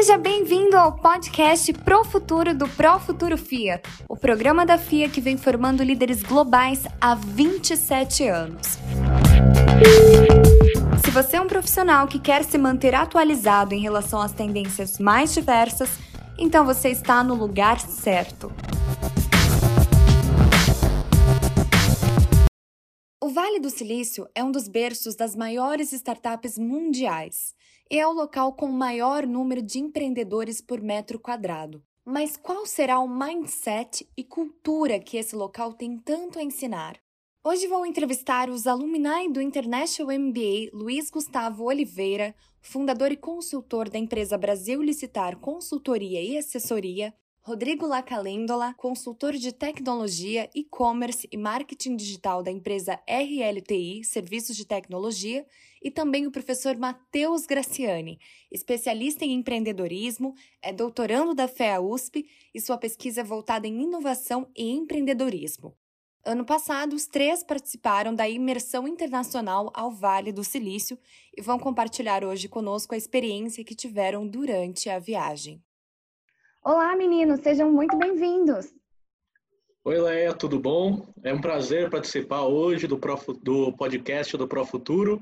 Seja bem-vindo ao podcast Pro Futuro do Pro Futuro FIA, o programa da FIA que vem formando líderes globais há 27 anos. Se você é um profissional que quer se manter atualizado em relação às tendências mais diversas, então você está no lugar certo. O Vale do Silício é um dos berços das maiores startups mundiais e é o local com o maior número de empreendedores por metro quadrado. Mas qual será o mindset e cultura que esse local tem tanto a ensinar? Hoje vou entrevistar os alumni do International MBA Luiz Gustavo Oliveira, fundador e consultor da empresa Brasil Licitar Consultoria e Assessoria, Rodrigo Lacalendola, consultor de tecnologia, e-commerce e marketing digital da empresa RLTI, Serviços de Tecnologia, e também o professor Matheus Graciani, especialista em empreendedorismo, é doutorando da FEA USP e sua pesquisa é voltada em inovação e empreendedorismo. Ano passado, os três participaram da imersão internacional ao Vale do Silício e vão compartilhar hoje conosco a experiência que tiveram durante a viagem. Olá, meninos, sejam muito bem-vindos. Oi, Leia, tudo bom? É um prazer participar hoje do podcast do Pro Futuro.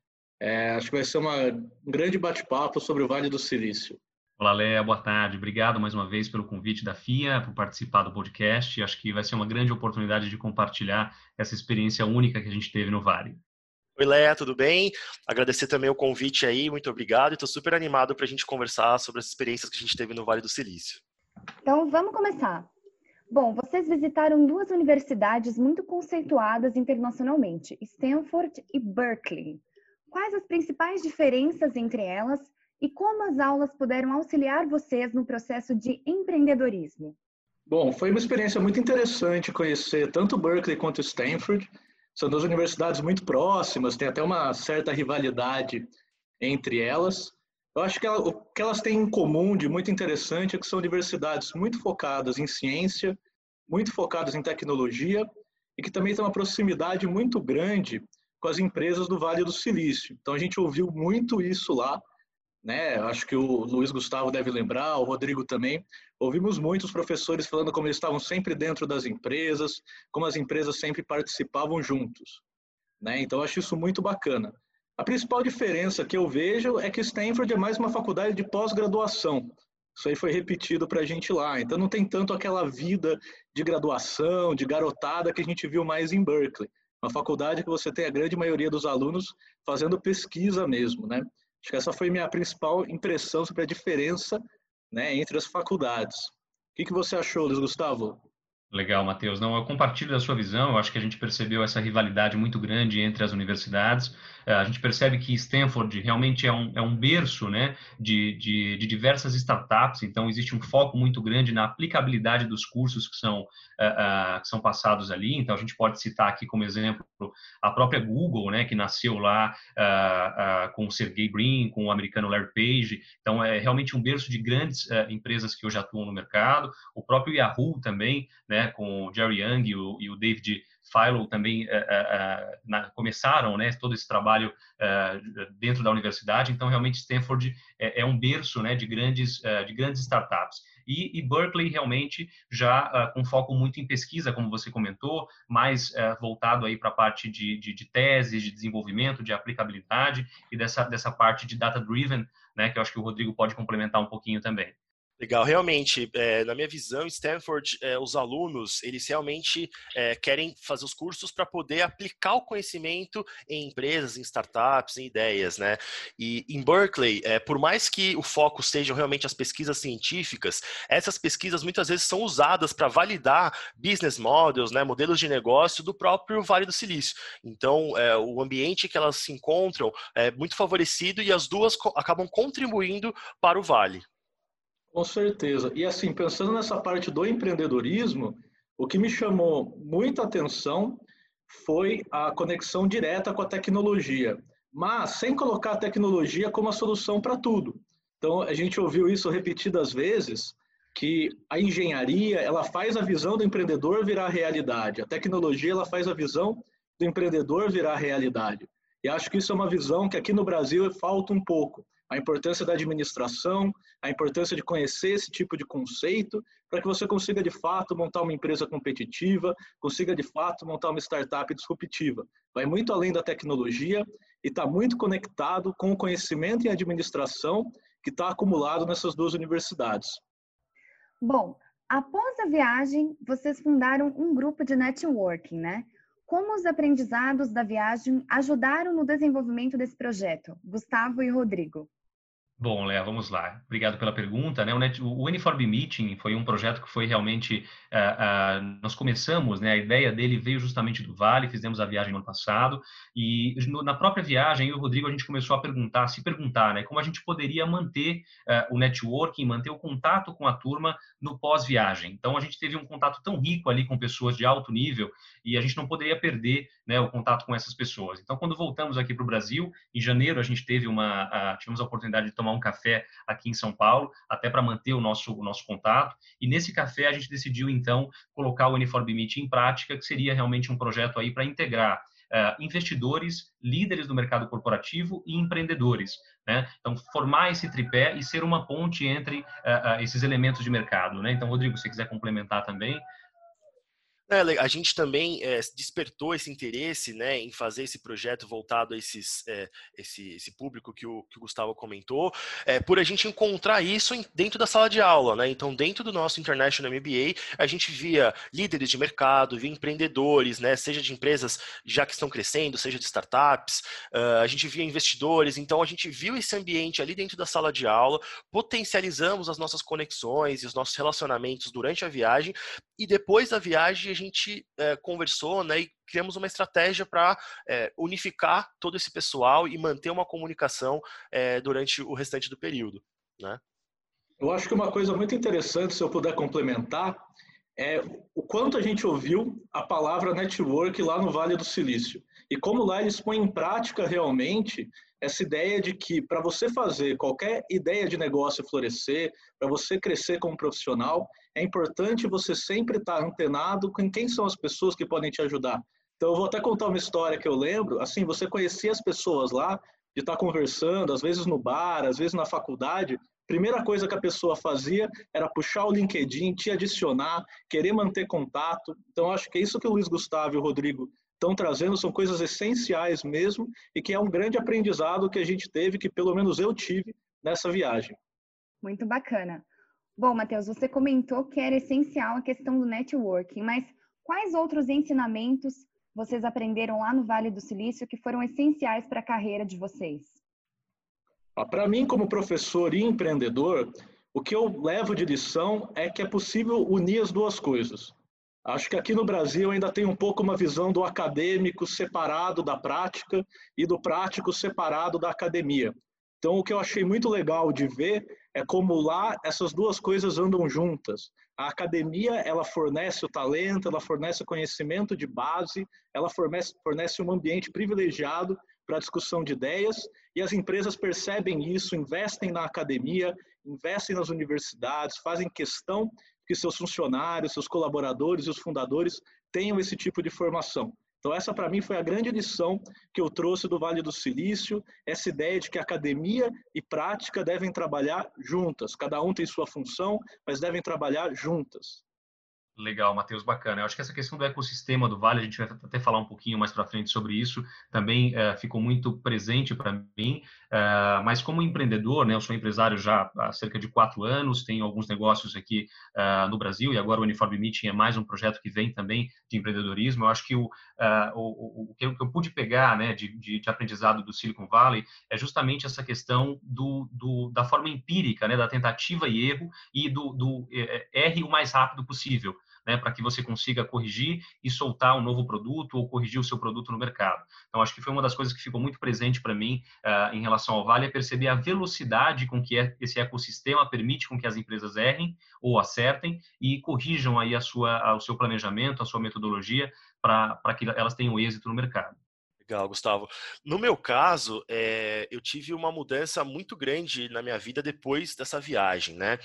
Acho que vai ser um grande bate-papo sobre o Vale do Silício. Olá, Leia, boa tarde. Obrigado mais uma vez pelo convite da FIA, por participar do podcast. Acho que vai ser uma grande oportunidade de compartilhar essa experiência única que a gente teve no Vale. Oi, Léa, tudo bem? Agradecer também o convite aí, muito obrigado. Estou super animado para a gente conversar sobre as experiências que a gente teve no Vale do Silício. Então, vamos começar. Bom, vocês visitaram duas universidades muito conceituadas internacionalmente, Stanford e Berkeley. Quais as principais diferenças entre elas e como as aulas puderam auxiliar vocês no processo de empreendedorismo? Bom, foi uma experiência muito interessante conhecer tanto Berkeley quanto Stanford. São duas universidades muito próximas, tem até uma certa rivalidade entre elas. Eu acho que o que elas têm em comum de muito interessante é que são universidades muito focadas em ciência, muito focadas em tecnologia e que também têm uma proximidade muito grande com as empresas do Vale do Silício. Então a gente ouviu muito isso lá, né? Acho que o Luiz Gustavo deve lembrar, o Rodrigo também. Ouvimos muitos professores falando como eles estavam sempre dentro das empresas, como as empresas sempre participavam juntos, né? Então, eu acho isso muito bacana. A principal diferença que eu vejo é que Stanford é mais uma faculdade de pós-graduação. Isso aí foi repetido para a gente lá. Então, não tem tanto aquela vida de graduação, de garotada que a gente viu mais em Berkeley. Uma faculdade que você tem a grande maioria dos alunos fazendo pesquisa mesmo, né? Acho que essa foi minha principal impressão sobre a diferença, né, entre as faculdades. O que você achou, Luiz Gustavo? Legal, Matheus. Não, eu compartilho da sua visão. Eu acho que a gente percebeu essa rivalidade muito grande entre as universidades. A gente percebe que Stanford realmente é um berço, né, de diversas startups. Então, existe um foco muito grande na aplicabilidade dos cursos que são passados ali. Então, a gente pode citar aqui como exemplo a própria Google, né, que nasceu lá com o Sergey Brin, com o americano Larry Page. Então, é realmente um berço de grandes empresas que hoje atuam no mercado. O próprio Yahoo também, né, com o Jerry Yang e o David Filo também começaram, né, todo esse trabalho dentro da universidade. Então, realmente, Stanford é um berço, né, de grandes startups. E Berkeley, realmente, já com foco muito em pesquisa, como você comentou, mais voltado aí para a parte de teses, de desenvolvimento, de aplicabilidade e dessa parte de data-driven, né, que eu acho que o Rodrigo pode complementar um pouquinho também. Legal, realmente, na minha visão, Stanford, os alunos, eles realmente querem fazer os cursos para poder aplicar o conhecimento em empresas, em startups, em ideias, né? E em Berkeley, por mais que o foco sejam realmente as pesquisas científicas, essas pesquisas muitas vezes são usadas para validar business models, né, modelos de negócio do próprio Vale do Silício. Então, o ambiente que elas se encontram é muito favorecido e as duas acabam contribuindo para o Vale. Com certeza. E assim, pensando nessa parte do empreendedorismo, o que me chamou muita atenção foi a conexão direta com a tecnologia, mas sem colocar a tecnologia como a solução para tudo. Então, a gente ouviu isso repetidas vezes, que a engenharia, ela faz a visão do empreendedor virar realidade, a tecnologia, ela faz a visão do empreendedor virar realidade. E acho que isso é uma visão que aqui no Brasil falta um pouco. A importância da administração, a importância de conhecer esse tipo de conceito, para que você consiga, de fato, montar uma empresa competitiva, consiga, de fato, montar uma startup disruptiva. Vai muito além da tecnologia e está muito conectado com o conhecimento em administração que está acumulado nessas duas universidades. Bom, após a viagem, vocês fundaram um grupo de networking, né? Como os aprendizados da viagem ajudaram no desenvolvimento desse projeto? Gustavo e Rodrigo. Bom, Léa, vamos lá. Obrigado pela pergunta, né? O Uniform Meeting foi um projeto que foi realmente... nós começamos, né? A ideia dele veio justamente do Vale, fizemos a viagem no ano passado e na própria viagem, eu e o Rodrigo, a gente começou a se perguntar, né? Como a gente poderia manter o networking, manter o contato com a turma no pós-viagem. Então, a gente teve um contato tão rico ali com pessoas de alto nível e a gente não poderia perder, né, o contato com essas pessoas. Então, quando voltamos aqui para o Brasil, em janeiro, a gente teve tivemos a oportunidade de tomar um café aqui em São Paulo, até para manter o nosso contato. E nesse café a gente decidiu, então, colocar o Uniform Meeting em prática, que seria realmente um projeto aí para integrar investidores, líderes do mercado corporativo e empreendedores, né? Então, formar esse tripé e ser uma ponte entre esses elementos de mercado, né? Então, Rodrigo, se você quiser complementar também. A gente também despertou esse interesse, né, em fazer esse projeto voltado a esse público que o Gustavo comentou, por a gente encontrar isso dentro da sala de aula, né? Então, dentro do nosso International MBA, a gente via líderes de mercado, via empreendedores, né, seja de empresas já que estão crescendo, seja de startups, a gente via investidores. Então, a gente viu esse ambiente ali dentro da sala de aula, potencializamos as nossas conexões e os nossos relacionamentos durante a viagem, e depois da viagem a gente conversou, né, e criamos uma estratégia para unificar todo esse pessoal e manter uma comunicação durante o restante do período, né? Eu acho que uma coisa muito interessante, se eu puder complementar, é o quanto a gente ouviu a palavra network lá no Vale do Silício. E como lá eles põem em prática realmente essa ideia de que para você fazer qualquer ideia de negócio florescer, para você crescer como profissional, é importante você sempre estar antenado com quem são as pessoas que podem te ajudar. Então eu vou até contar uma história que eu lembro, assim, você conhecia as pessoas lá, de estar conversando, às vezes no bar, às vezes na faculdade, primeira coisa que a pessoa fazia era puxar o LinkedIn, te adicionar, querer manter contato. Então, acho que é isso que o Luiz Gustavo e o Rodrigo estão trazendo, são coisas essenciais mesmo, e que é um grande aprendizado que a gente teve, que pelo menos eu tive nessa viagem. Muito bacana. Bom, Matheus, você comentou que era essencial a questão do networking, mas quais outros ensinamentos vocês aprenderam lá no Vale do Silício que foram essenciais para a carreira de vocês? Para mim, como professor e empreendedor, o que eu levo de lição é que é possível unir as duas coisas. Acho que aqui no Brasil ainda tem um pouco uma visão do acadêmico separado da prática e do prático separado da academia. Então, o que eu achei muito legal de ver é como lá essas duas coisas andam juntas. A academia, ela fornece o talento, ela fornece o conhecimento de base, ela fornece um ambiente privilegiado para a discussão de ideias, e as empresas percebem isso, investem na academia, investem nas universidades, fazem questão que seus funcionários, seus colaboradores e os fundadores tenham esse tipo de formação. Então essa para mim foi a grande lição que eu trouxe do Vale do Silício, essa ideia de que academia e prática devem trabalhar juntas, cada um tem sua função, mas devem trabalhar juntas. Legal, Matheus, bacana. Eu acho que essa questão do ecossistema do Vale, a gente vai até falar um pouquinho mais para frente sobre isso, também ficou muito presente para mim, mas como empreendedor, né, eu sou empresário já há cerca de 4 anos, tenho alguns negócios aqui no Brasil, e agora o Uniform Meeting é mais um projeto que vem também de empreendedorismo. Eu acho que o que eu pude pegar, né, de aprendizado do Silicon Valley é justamente essa questão da forma empírica, né, da tentativa e erro, e erre o mais rápido possível, né, para que você consiga corrigir e soltar um novo produto ou corrigir o seu produto no mercado. Então, acho que foi uma das coisas que ficou muito presente para mim em relação ao Vale, é perceber a velocidade com que esse ecossistema permite com que as empresas errem ou acertem e corrijam aí o seu planejamento, a sua metodologia, para que elas tenham êxito no mercado. Legal, Gustavo. No meu caso, eu tive uma mudança muito grande na minha vida depois dessa viagem, né?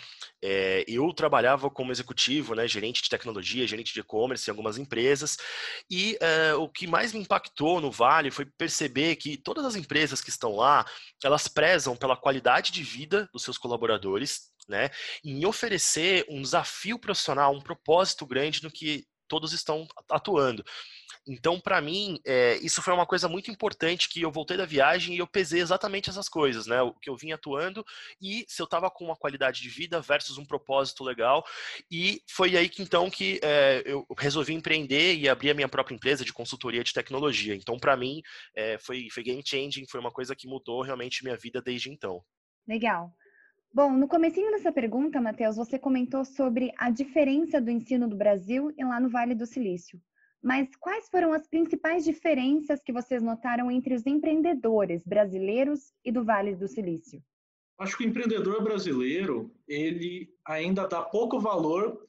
Eu trabalhava como executivo, né, gerente de tecnologia, gerente de e-commerce em algumas empresas, e o que mais me impactou no Vale foi perceber que todas as empresas que estão lá, elas prezam pela qualidade de vida dos seus colaboradores, né, em oferecer um desafio profissional, um propósito grande no que todos estão atuando. Então, para mim, isso foi uma coisa muito importante que eu voltei da viagem e eu pesei exatamente essas coisas, né? O que eu vim atuando e se eu estava com uma qualidade de vida versus um propósito legal. E foi aí que então que eu resolvi empreender e abrir a minha própria empresa de consultoria de tecnologia. Então, para mim, foi game changing, foi uma coisa que mudou realmente minha vida desde então. Legal. Bom, no comecinho dessa pergunta, Matheus, você comentou sobre a diferença do ensino do Brasil e lá no Vale do Silício. Mas quais foram as principais diferenças que vocês notaram entre os empreendedores brasileiros e do Vale do Silício? Acho que o empreendedor brasileiro, ele ainda dá pouco valor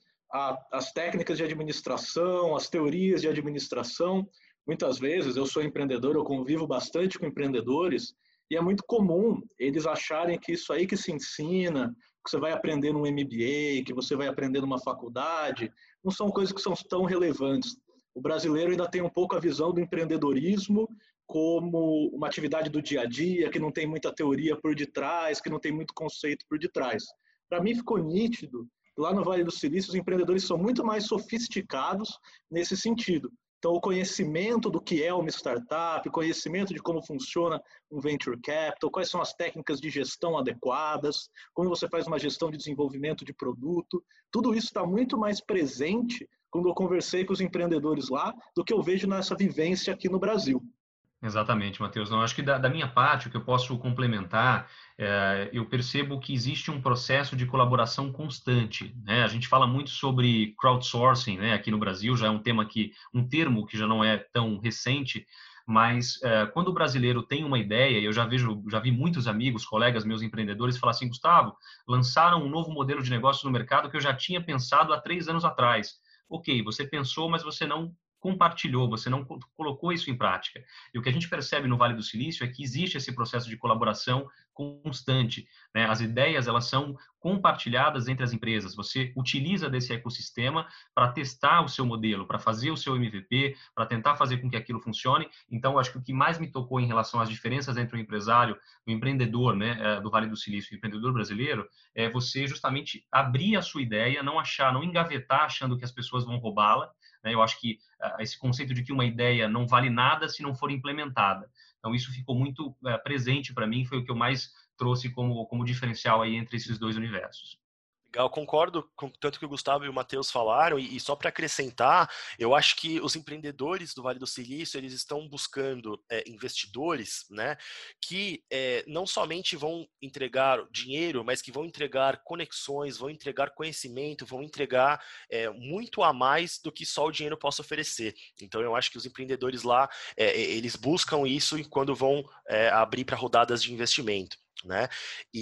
às técnicas de administração, às teorias de administração. Muitas vezes, eu sou empreendedor, eu convivo bastante com empreendedores, e é muito comum eles acharem que isso aí que se ensina, que você vai aprender num MBA, que você vai aprender numa faculdade, não são coisas que são tão relevantes. O brasileiro ainda tem um pouco a visão do empreendedorismo como uma atividade do dia a dia, que não tem muita teoria por detrás, que não tem muito conceito por detrás. Para mim ficou nítido que lá no Vale do Silício os empreendedores são muito mais sofisticados nesse sentido. Então, o conhecimento do que é uma startup, o conhecimento de como funciona um venture capital, quais são as técnicas de gestão adequadas, como você faz uma gestão de desenvolvimento de produto, tudo isso está muito mais presente quando eu conversei com os empreendedores lá do que eu vejo nessa vivência aqui no Brasil. Exatamente, Matheus. Não, acho que da minha parte, o que eu posso complementar, eu percebo que existe um processo de colaboração constante, né? A gente fala muito sobre crowdsourcing, né? Aqui no Brasil já é um termo que já não é tão recente, mas quando o brasileiro tem uma ideia, eu já vi muitos amigos, colegas meus empreendedores falar assim, Gustavo, lançaram um novo modelo de negócio no mercado que eu já tinha pensado há 3 anos atrás. Ok, você pensou, mas você não compartilhou, você não colocou isso em prática. E o que a gente percebe no Vale do Silício é que existe esse processo de colaboração constante, né? As ideias, elas são compartilhadas entre as empresas. Você utiliza desse ecossistema para testar o seu modelo, para fazer o seu MVP, para tentar fazer com que aquilo funcione. Então, acho que o que mais me tocou em relação às diferenças entre o empresário, o empreendedor, né, do Vale do Silício e o empreendedor brasileiro, é você justamente abrir a sua ideia, não engavetar achando que as pessoas vão roubá-la. Eu acho que esse conceito de que uma ideia não vale nada se não for implementada. Então, isso ficou muito presente para mim, foi o que eu mais trouxe como diferencial aí entre esses dois universos. Legal, concordo com tanto que o Gustavo e o Matheus falaram, e só para acrescentar, eu acho que os empreendedores do Vale do Silício, eles estão buscando investidores, né, que não somente vão entregar dinheiro, mas que vão entregar conexões, vão entregar conhecimento, vão entregar muito a mais do que só o dinheiro possa oferecer. Então, eu acho que os empreendedores lá, eles buscam isso quando vão abrir para rodadas de investimento. Né?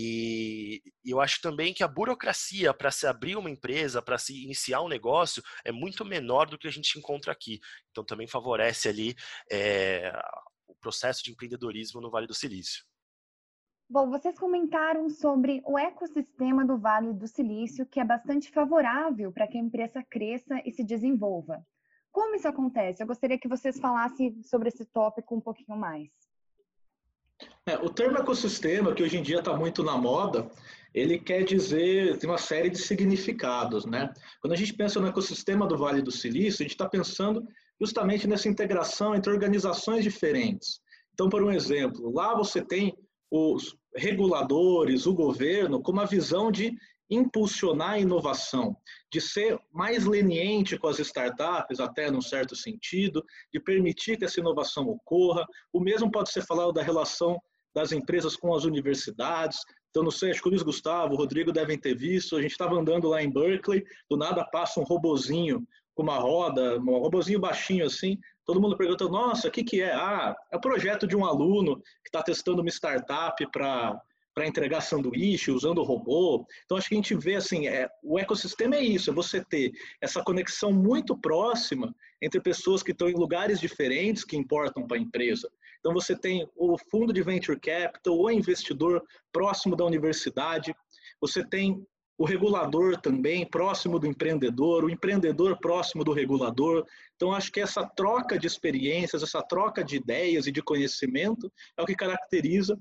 E eu acho também que a burocracia para se abrir uma empresa, para se iniciar um negócio, é muito menor do que a gente encontra aqui. Então também favorece ali o processo de empreendedorismo no Vale do Silício. Bom, vocês comentaram sobre o ecossistema do Vale do Silício, que é bastante favorável para que a empresa cresça e se desenvolva. Como isso acontece? Eu gostaria que vocês falassem sobre esse tópico um pouquinho mais. O termo ecossistema, que hoje em dia está muito na moda, ele quer dizer, tem uma série de significados, né? Quando a gente pensa no ecossistema do Vale do Silício, a gente está pensando justamente nessa integração entre organizações diferentes. Então, por um exemplo, lá você tem os reguladores, o governo, com uma visão de impulsionar a inovação, de ser mais leniente com as startups, até num certo sentido, de permitir que essa inovação ocorra. O mesmo pode ser falado da relação das empresas com as universidades. Então, não sei, acho que o Luiz Gustavo, o Rodrigo devem ter visto, a gente estava andando lá em Berkeley, do nada passa um robozinho com uma roda, um robozinho baixinho assim, todo mundo pergunta, nossa, o que é? É o projeto de um aluno que está testando uma startup para entregar sanduíche, usando o robô. Então, acho que a gente vê assim, o ecossistema é isso, é você ter essa conexão muito próxima entre pessoas que estão em lugares diferentes que importam para a empresa. Então você tem o fundo de venture capital, o investidor próximo da universidade, você tem o regulador também próximo do empreendedor, o empreendedor próximo do regulador. Então acho que essa troca de experiências, essa troca de ideias e de conhecimento é o que caracteriza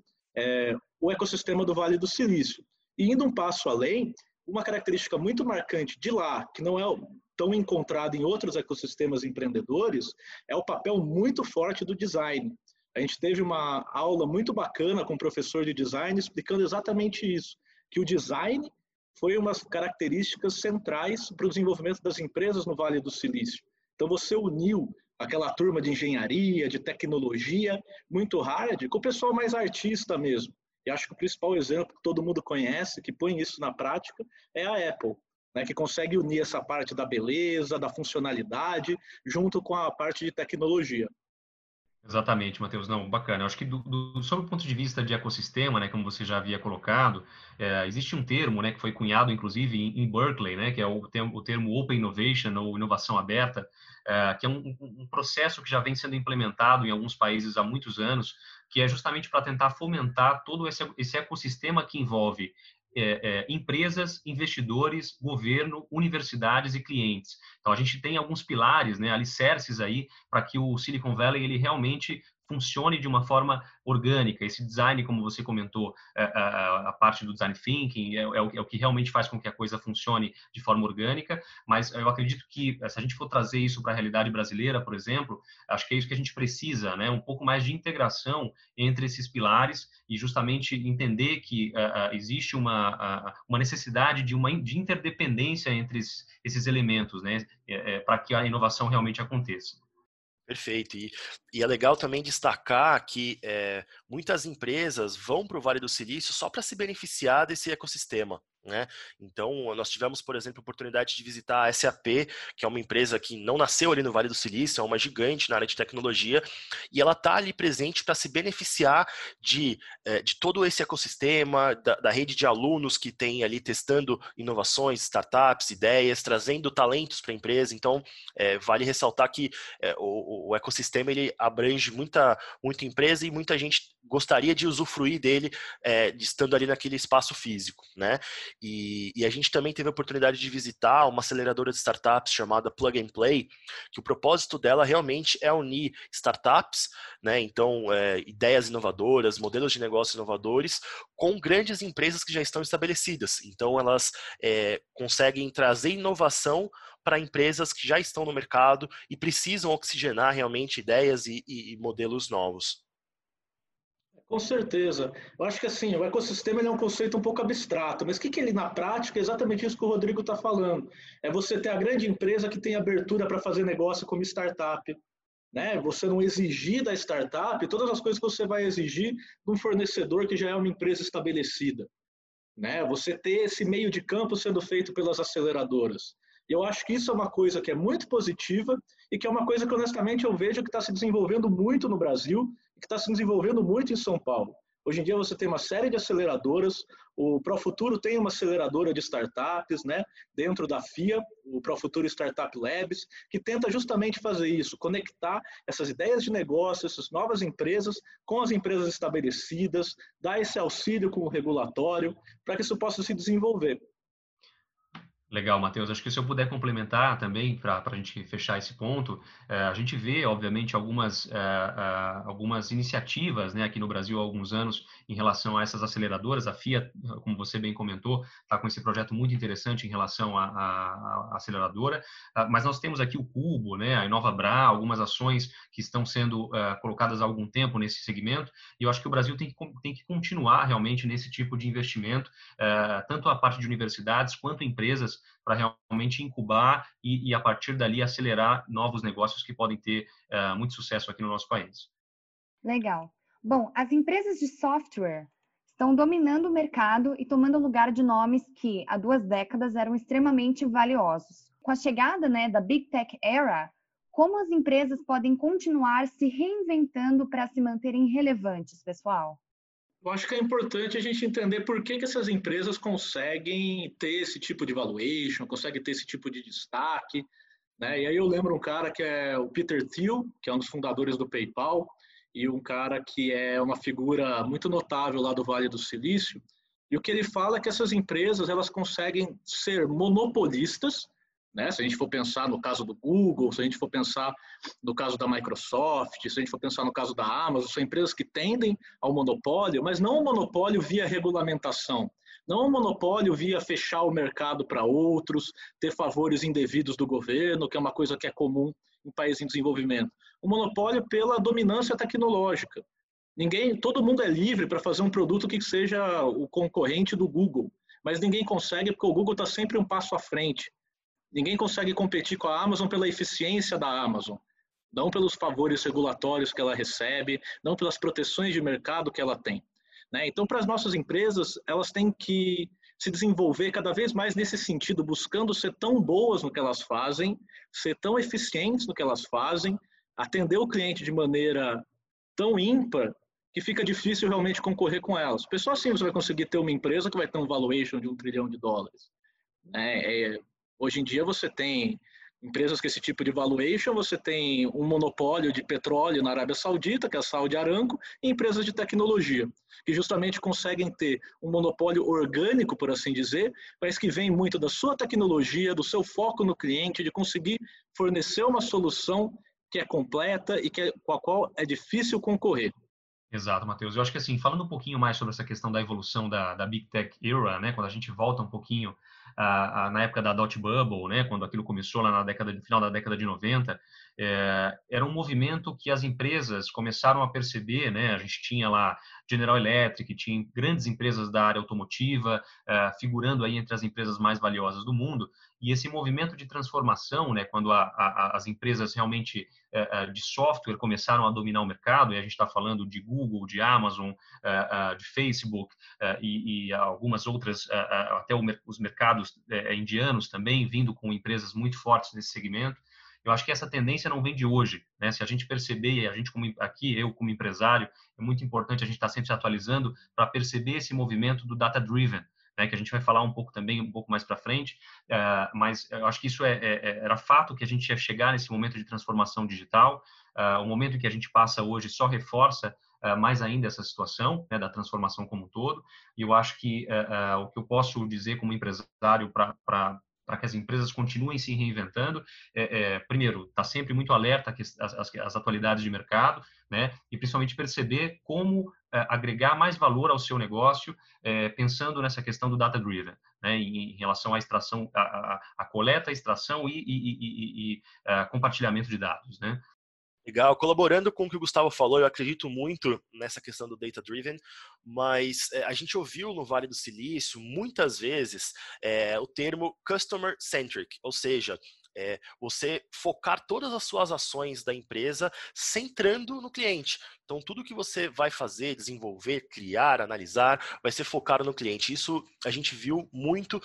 o ecossistema do Vale do Silício. E indo um passo além, uma característica muito marcante de lá, que não é tão encontrada em outros ecossistemas empreendedores, é o papel muito forte do design. A gente teve uma aula muito bacana com um professor de design explicando exatamente isso, que o design foi uma das características centrais para o desenvolvimento das empresas no Vale do Silício. Então você uniu aquela turma de engenharia, de tecnologia, muito hard, com o pessoal mais artista mesmo. E acho que o principal exemplo que todo mundo conhece, que põe isso na prática, é a Apple, né, que consegue unir essa parte da beleza, da funcionalidade, junto com a parte de tecnologia. Exatamente, Matheus. Não, bacana. Eu acho que sob o ponto de vista de ecossistema, né, como você já havia colocado, existe um termo, né, que foi cunhado, inclusive, em Berkeley, né, que é o termo Open Innovation, ou inovação aberta, que é um processo que já vem sendo implementado em alguns países há muitos anos, que é justamente para tentar fomentar todo esse ecossistema que envolve empresas, investidores, governo, universidades e clientes. Então, a gente tem alguns pilares, né, alicerces aí, para que o Silicon Valley ele realmente funcione de uma forma orgânica. Esse design, como você comentou, a parte do design thinking é o que realmente faz com que a coisa funcione de forma orgânica, mas eu acredito que, se a gente for trazer isso para a realidade brasileira, por exemplo, acho que é isso que a gente precisa, né? Um pouco mais de integração entre esses pilares e justamente entender que existe uma necessidade de interdependência entre esses elementos, né? Para que a inovação realmente aconteça. Perfeito. E é legal também destacar que muitas empresas vão para o Vale do Silício só para se beneficiar desse ecossistema, né? Então, nós tivemos, por exemplo, a oportunidade de visitar a SAP, que é uma empresa que não nasceu ali no Vale do Silício, é uma gigante na área de tecnologia, e ela está ali presente para se beneficiar de todo esse ecossistema, da rede de alunos que tem ali testando inovações, startups, ideias, trazendo talentos para a empresa. Então, vale ressaltar que o ecossistema ele abrange muita empresa e muita gente gostaria de usufruir dele estando ali naquele espaço físico, né? E a gente também teve a oportunidade de visitar uma aceleradora de startups chamada Plug and Play, que o propósito dela realmente é unir startups, né? Então, ideias inovadoras, modelos de negócio inovadores, com grandes empresas que já estão estabelecidas. Então, elas conseguem trazer inovação para empresas que já estão no mercado e precisam oxigenar realmente ideias e modelos novos. Com certeza. Eu acho que assim, o ecossistema ele é um conceito um pouco abstrato, mas o que ele na prática é exatamente isso que o Rodrigo está falando. É você ter a grande empresa que tem abertura para fazer negócio como startup, né? Você não exigir da startup todas as coisas que você vai exigir de um fornecedor que já é uma empresa estabelecida, né? Você ter esse meio de campo sendo feito pelas aceleradoras. E eu acho que isso é uma coisa que é muito positiva e que é uma coisa que, honestamente, eu vejo que está se desenvolvendo muito no Brasil e que está se desenvolvendo muito em São Paulo. Hoje em dia você tem uma série de aceleradoras, o Profuturo tem uma aceleradora de startups, né, dentro da FIA, o Profuturo Startup Labs, que tenta justamente fazer isso, conectar essas ideias de negócio, essas novas empresas com as empresas estabelecidas, dar esse auxílio com o regulatório, para que isso possa se desenvolver. Legal, Matheus. Acho que se eu puder complementar também, para a gente fechar esse ponto, a gente vê, obviamente, algumas iniciativas, né, aqui no Brasil há alguns anos em relação a essas aceleradoras. A FIA, como você bem comentou, está com esse projeto muito interessante em relação à aceleradora. Mas nós temos aqui o Cubo, né, a InovaBra, algumas ações que estão sendo colocadas há algum tempo nesse segmento. E eu acho que o Brasil tem que continuar realmente nesse tipo de investimento, tanto a parte de universidades quanto empresas, para realmente incubar e a partir dali acelerar novos negócios que podem ter muito sucesso aqui no nosso país. Legal. Bom, as empresas de software estão dominando o mercado e tomando lugar de nomes que há 2 décadas eram extremamente valiosos. Com a chegada, né, da Big Tech Era, como as empresas podem continuar se reinventando para se manterem relevantes, pessoal? Eu acho que é importante a gente entender por que essas empresas conseguem ter esse tipo de valuation, conseguem ter esse tipo de destaque, né? E aí eu lembro um cara que é o Peter Thiel, que é um dos fundadores do PayPal, e um cara que é uma figura muito notável lá do Vale do Silício, e o que ele fala é que essas empresas elas conseguem ser monopolistas, né? Se a gente for pensar no caso do Google, se a gente for pensar no caso da Microsoft, se a gente for pensar no caso da Amazon, são empresas que tendem ao monopólio, mas não o monopólio via regulamentação, não o monopólio via fechar o mercado para outros, ter favores indevidos do governo, que é uma coisa que é comum em países em desenvolvimento. O monopólio pela dominância tecnológica. Todo mundo é livre para fazer um produto que seja o concorrente do Google, mas ninguém consegue porque o Google está sempre um passo à frente. Ninguém consegue competir com a Amazon pela eficiência da Amazon, não pelos favores regulatórios que ela recebe, não pelas proteções de mercado que ela tem. Né? Então, para as nossas empresas, elas têm que se desenvolver cada vez mais nesse sentido, buscando ser tão boas no que elas fazem, ser tão eficientes no que elas fazem, atender o cliente de maneira tão ímpar que fica difícil realmente concorrer com elas. Pessoal, assim, você vai conseguir ter uma empresa que vai ter um valuation de $1 trilhão. Né? Hoje em dia você tem empresas com esse tipo de valuation, você tem um monopólio de petróleo na Arábia Saudita, que é a Saudi Aramco, e empresas de tecnologia, que justamente conseguem ter um monopólio orgânico, por assim dizer, mas que vem muito da sua tecnologia, do seu foco no cliente, de conseguir fornecer uma solução que é completa e com a qual é difícil concorrer. Exato, Matheus. Eu acho que assim, falando um pouquinho mais sobre essa questão da evolução da Big Tech Era, né, quando a gente volta um pouquinho na época da Dot Bubble, né, quando aquilo começou lá no final da década de 90, era um movimento que as empresas começaram a perceber, né, a gente tinha lá General Electric, tinha grandes empresas da área automotiva, figurando aí entre as empresas mais valiosas do mundo, e esse movimento de transformação, né, quando as empresas realmente de software começaram a dominar o mercado, e a gente está falando de Google, de Amazon, de Facebook e algumas outras, até os mercados indianos também, vindo com empresas muito fortes nesse segmento. Eu acho que essa tendência não vem de hoje, né? Se a gente perceber, eu como empresário, é muito importante a gente estar sempre se atualizando para perceber esse movimento do data-driven, né, que a gente vai falar um pouco mais para frente, mas eu acho que isso era fato que a gente ia chegar nesse momento de transformação digital. O momento em que a gente passa hoje só reforça mais ainda essa situação, né, da transformação como um todo, e eu acho que o que eu posso dizer como empresário para que as empresas continuem se reinventando, primeiro, estar sempre muito alerta às atualidades de mercado, né, e principalmente perceber como agregar mais valor ao seu negócio, pensando nessa questão do data-driven, né, em relação à extração, a coleta, extração e compartilhamento de dados, né? Legal, colaborando com o que o Gustavo falou, eu acredito muito nessa questão do data-driven, mas a gente ouviu no Vale do Silício, muitas vezes, o termo customer-centric, ou seja, você focar todas as suas ações da empresa centrando no cliente. Então, tudo que você vai fazer, desenvolver, criar, analisar, vai ser focado no cliente. Isso a gente viu muito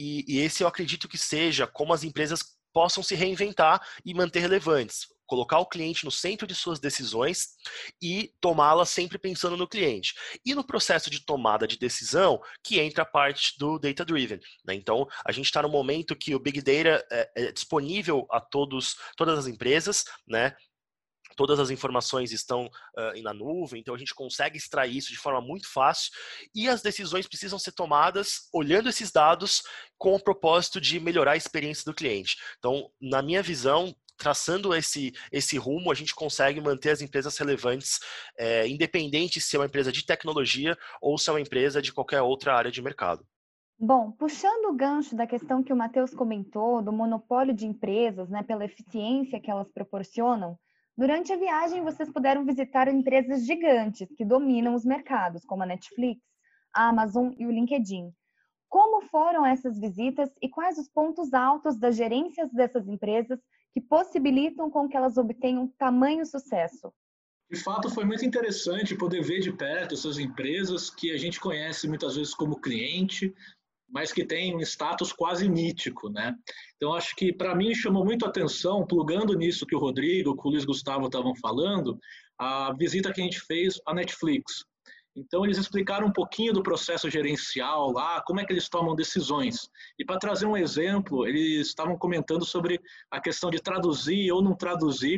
e esse eu acredito que seja como as empresas possam se reinventar e manter relevantes. Colocar o cliente no centro de suas decisões e tomá-las sempre pensando no cliente. E no processo de tomada de decisão, que entra a parte do data-driven. Né? Então, a gente está no momento que o Big Data é disponível a todas as empresas, né? Todas as informações estão na nuvem, então a gente consegue extrair isso de forma muito fácil e as decisões precisam ser tomadas olhando esses dados com o propósito de melhorar a experiência do cliente. Então, na minha visão, traçando esse rumo, a gente consegue manter as empresas relevantes, independente se é uma empresa de tecnologia ou se é uma empresa de qualquer outra área de mercado. Bom, puxando o gancho da questão que o Matheus comentou, do monopólio de empresas, né, pela eficiência que elas proporcionam, durante a viagem vocês puderam visitar empresas gigantes que dominam os mercados, como a Netflix, a Amazon e o LinkedIn. Como foram essas visitas e quais os pontos altos das gerências dessas empresas que possibilitam com que elas obtenham tamanho sucesso? De fato, foi muito interessante poder ver de perto essas empresas que a gente conhece muitas vezes como cliente, mas que tem um status quase mítico, né? Então, acho que para mim chamou muito a atenção, plugando nisso que o Rodrigo, que o Luiz Gustavo estavam falando, a visita que a gente fez à Netflix. Então, eles explicaram um pouquinho do processo gerencial lá, como é que eles tomam decisões. E para trazer um exemplo, eles estavam comentando sobre a questão de traduzir ou não traduzir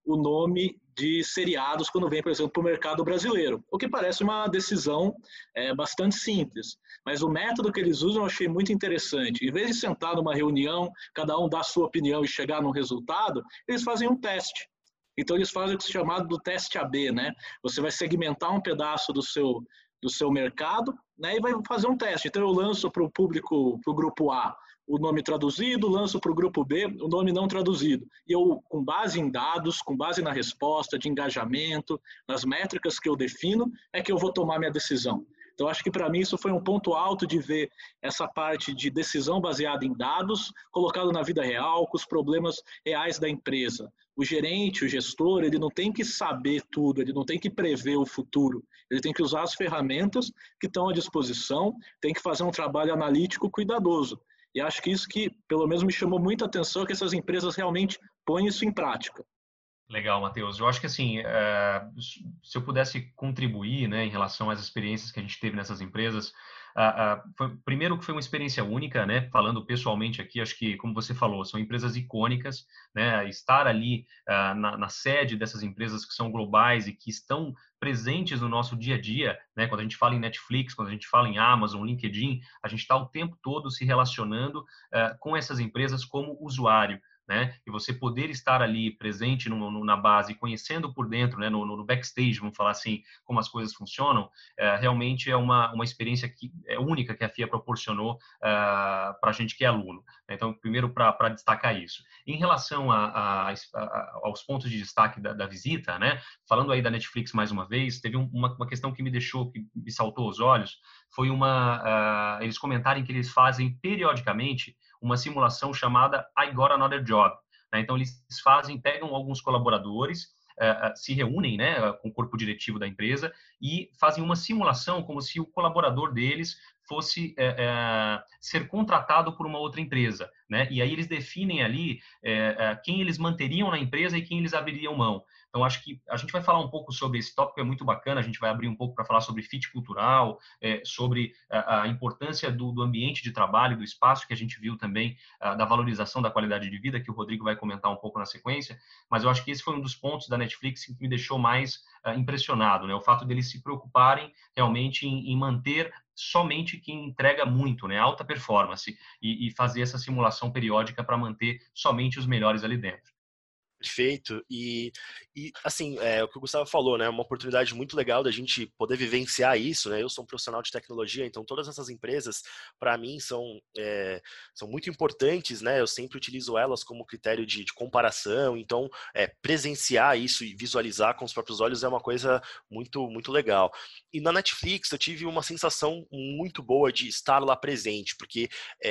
o nome de seriados quando vem, por exemplo, para o mercado brasileiro, o que parece uma decisão bastante simples. Mas o método que eles usam eu achei muito interessante. Em vez de sentar numa reunião, cada um dar a sua opinião e chegar num resultado, eles fazem um teste. Então, eles fazem o que é chamado do teste AB, né? Você vai segmentar um pedaço do seu mercado, né, e vai fazer um teste. Então, eu lanço para o público, para o grupo A, o nome traduzido, lanço para o grupo B o nome não traduzido. E eu, com base em dados, com base na resposta, de engajamento, nas métricas que eu defino, é que eu vou tomar minha decisão. Então, acho que para mim isso foi um ponto alto de ver essa parte de decisão baseada em dados, colocado na vida real, com os problemas reais da empresa. O gerente, o gestor, ele não tem que saber tudo, ele não tem que prever o futuro. Ele tem que usar as ferramentas que estão à disposição, tem que fazer um trabalho analítico cuidadoso. E acho que isso que, pelo menos, me chamou muita atenção, é que essas empresas realmente põem isso em prática. Legal, Matheus. Eu acho que, assim, se eu pudesse contribuir, né, em relação às experiências que a gente teve nessas empresas, primeiro que foi uma experiência única, né, falando pessoalmente aqui, acho que, como você falou, são empresas icônicas, né, estar ali na sede dessas empresas que são globais e que estão presentes no nosso dia a dia, né, quando a gente fala em Netflix, quando a gente fala em Amazon, LinkedIn, a gente está o tempo todo se relacionando com essas empresas como usuário. Né? E você poder estar ali presente na base, conhecendo por dentro, né? no backstage, vamos falar assim, como as coisas funcionam, realmente é uma experiência que é única que a FIA proporcionou para a gente que é aluno. Então, primeiro, para destacar isso. Em relação aos pontos de destaque da visita, né? Falando aí da Netflix mais uma vez, teve uma questão que me saltou aos olhos, foi eles comentarem que eles fazem periodicamente uma simulação chamada I Got Another Job. Né? Então, eles pegam alguns colaboradores, se reúnem, né, com o corpo diretivo da empresa e fazem uma simulação como se o colaborador deles fosse ser contratado por uma outra empresa. Né? E aí eles definem ali quem eles manteriam na empresa e quem eles abririam mão. Então, acho que a gente vai falar um pouco sobre esse tópico, é muito bacana, a gente vai abrir um pouco para falar sobre fit cultural, sobre a importância do ambiente de trabalho, do espaço que a gente viu também, da valorização da qualidade de vida, que o Rodrigo vai comentar um pouco na sequência, mas eu acho que esse foi um dos pontos da Netflix que me deixou mais impressionado, né? O fato deles se preocuparem realmente em manter somente quem entrega muito, né? Alta performance, e fazer essa simulação periódica para manter somente os melhores ali dentro. Perfeito. E assim, o que o Gustavo falou, né? Uma oportunidade muito legal da gente poder vivenciar isso, né? Eu sou um profissional de tecnologia, então todas essas empresas, para mim, são muito importantes, né? Eu sempre utilizo elas como critério de comparação, então presenciar isso e visualizar com os próprios olhos é uma coisa muito, muito legal. E na Netflix eu tive uma sensação muito boa de estar lá presente, porque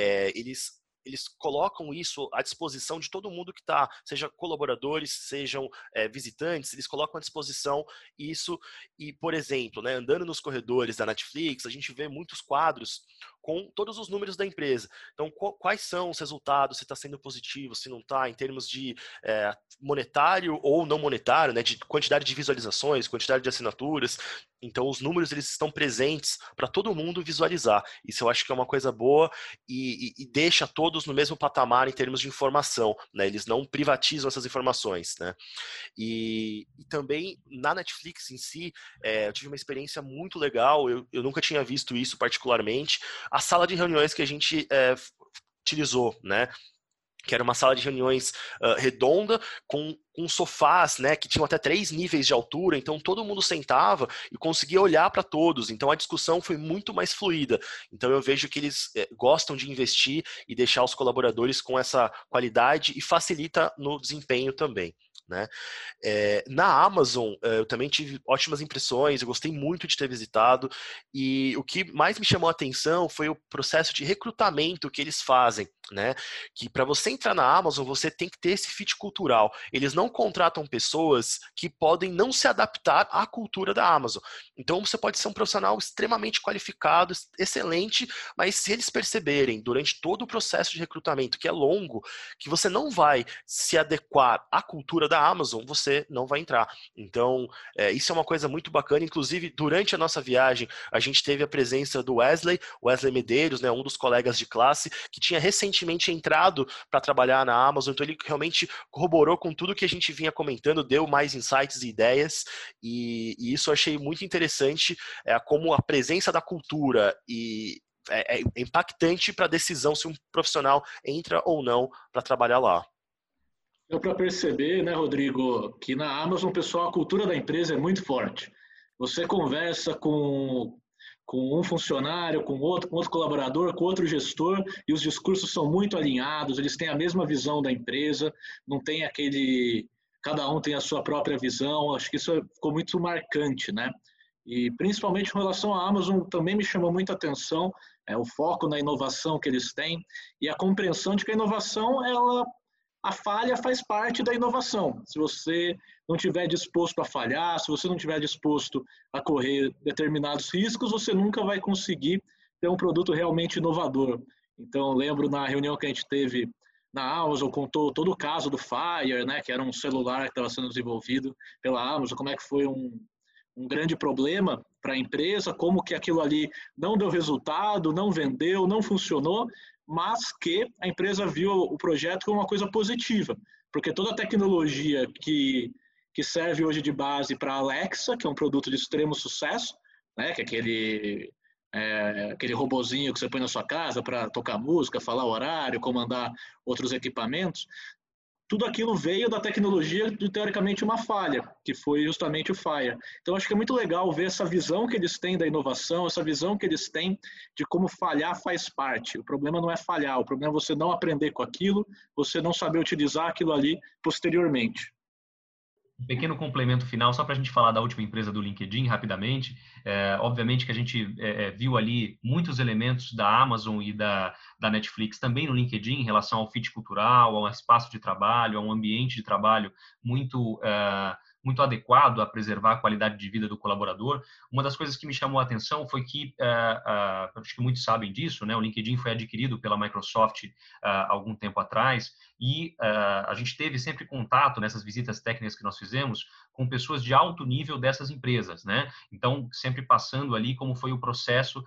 eles colocam isso à disposição de todo mundo que está, seja colaboradores, sejam visitantes, eles colocam à disposição isso. E, por exemplo, né, andando nos corredores da Netflix, a gente vê muitos quadros com todos os números da empresa. Então, quais são os resultados, se está sendo positivo, se não está, em termos de monetário ou não monetário, né, de quantidade de visualizações, quantidade de assinaturas. Então, os números eles estão presentes para todo mundo visualizar. Isso eu acho que é uma coisa boa e deixa todos no mesmo patamar em termos de informação. Né? Eles não privatizam essas informações. Né? E também, na Netflix em si, eu tive uma experiência muito legal. Eu nunca tinha visto isso particularmente. A sala de reuniões que a gente utilizou, né? Que era uma sala de reuniões redonda, com sofás, né, que tinham até 3 níveis de altura, então todo mundo sentava e conseguia olhar para todos, então a discussão foi muito mais fluida. Então eu vejo que eles gostam de investir e deixar os colaboradores com essa qualidade e facilita no desempenho também. Né? Na Amazon, eu também tive ótimas impressões, eu gostei muito de ter visitado, e o que mais me chamou a atenção foi o processo de recrutamento que eles fazem, né? Que para você entrar na Amazon, você tem que ter esse fit cultural. Eles não contratam pessoas que podem não se adaptar à cultura da Amazon. Então você pode ser um profissional extremamente qualificado, excelente, mas se eles perceberem durante todo o processo de recrutamento, que é longo, que você não vai se adequar à cultura da da Amazon, você não vai entrar. Então, isso é uma coisa muito bacana. Inclusive, durante a nossa viagem, a gente teve a presença do Wesley Medeiros, né, um dos colegas de classe, que tinha recentemente entrado para trabalhar na Amazon. Então, ele realmente corroborou com tudo que a gente vinha comentando, deu mais insights e ideias, e isso eu achei muito interessante, como a presença da cultura é impactante para a decisão se um profissional entra ou não para trabalhar lá. Deu para perceber, né, Rodrigo, que na Amazon, pessoal, a cultura da empresa é muito forte. Você conversa com um funcionário, com outro colaborador, com outro gestor, e os discursos são muito alinhados, eles têm a mesma visão da empresa, não tem aquele... Cada um tem a sua própria visão, acho que isso ficou muito marcante, né? E principalmente em relação à Amazon, também me chamou muita atenção o foco na inovação que eles têm e a compreensão de que a inovação, a falha faz parte da inovação. Se você não estiver disposto a falhar, se você não estiver disposto a correr determinados riscos, você nunca vai conseguir ter um produto realmente inovador. Então, lembro na reunião que a gente teve na Amazon, contou todo o caso do Fire, né, que era um celular que estava sendo desenvolvido pela Amazon, como é que foi um grande problema para a empresa, como que aquilo ali não deu resultado, não vendeu, não funcionou, mas que a empresa viu o projeto como uma coisa positiva, porque toda a tecnologia que serve hoje de base para a Alexa, que é um produto de extremo sucesso, né, que é aquele robozinho que você põe na sua casa para tocar música, falar horário, comandar outros equipamentos, tudo aquilo veio da tecnologia de, teoricamente, uma falha, que foi justamente o Fire. Então, acho que é muito legal ver essa visão que eles têm da inovação, essa visão que eles têm de como falhar faz parte. O problema não é falhar, o problema é você não aprender com aquilo, você não saber utilizar aquilo ali posteriormente. Um pequeno complemento final, só para a gente falar da última empresa do LinkedIn, rapidamente. Obviamente que a gente viu ali muitos elementos da Amazon e da Netflix também no LinkedIn, em relação ao fit cultural, ao espaço de trabalho, a um ambiente de trabalho muito adequado a preservar a qualidade de vida do colaborador. Uma das coisas que me chamou a atenção foi que, acho que muitos sabem disso, né? O LinkedIn foi adquirido pela Microsoft há algum tempo atrás, e a gente teve sempre contato nessas visitas técnicas que nós fizemos com pessoas de alto nível dessas empresas, né? Então, sempre passando ali como foi o processo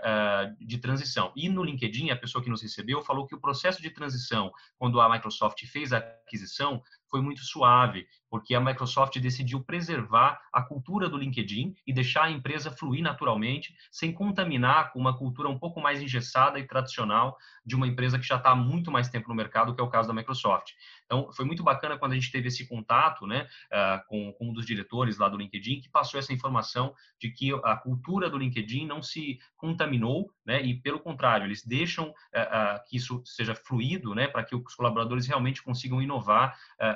de transição. E no LinkedIn, a pessoa que nos recebeu falou que o processo de transição, quando a Microsoft fez a aquisição, foi muito suave, porque a Microsoft decidiu preservar a cultura do LinkedIn e deixar a empresa fluir naturalmente, sem contaminar com uma cultura um pouco mais engessada e tradicional de uma empresa que já está há muito mais tempo no mercado, que é o caso da Microsoft. Então, foi muito bacana quando a gente teve esse contato, né, com um dos diretores lá do LinkedIn, que passou essa informação de que a cultura do LinkedIn não se contaminou, né, e, pelo contrário, eles deixam que isso seja fluido, né, para que os colaboradores realmente consigam inovar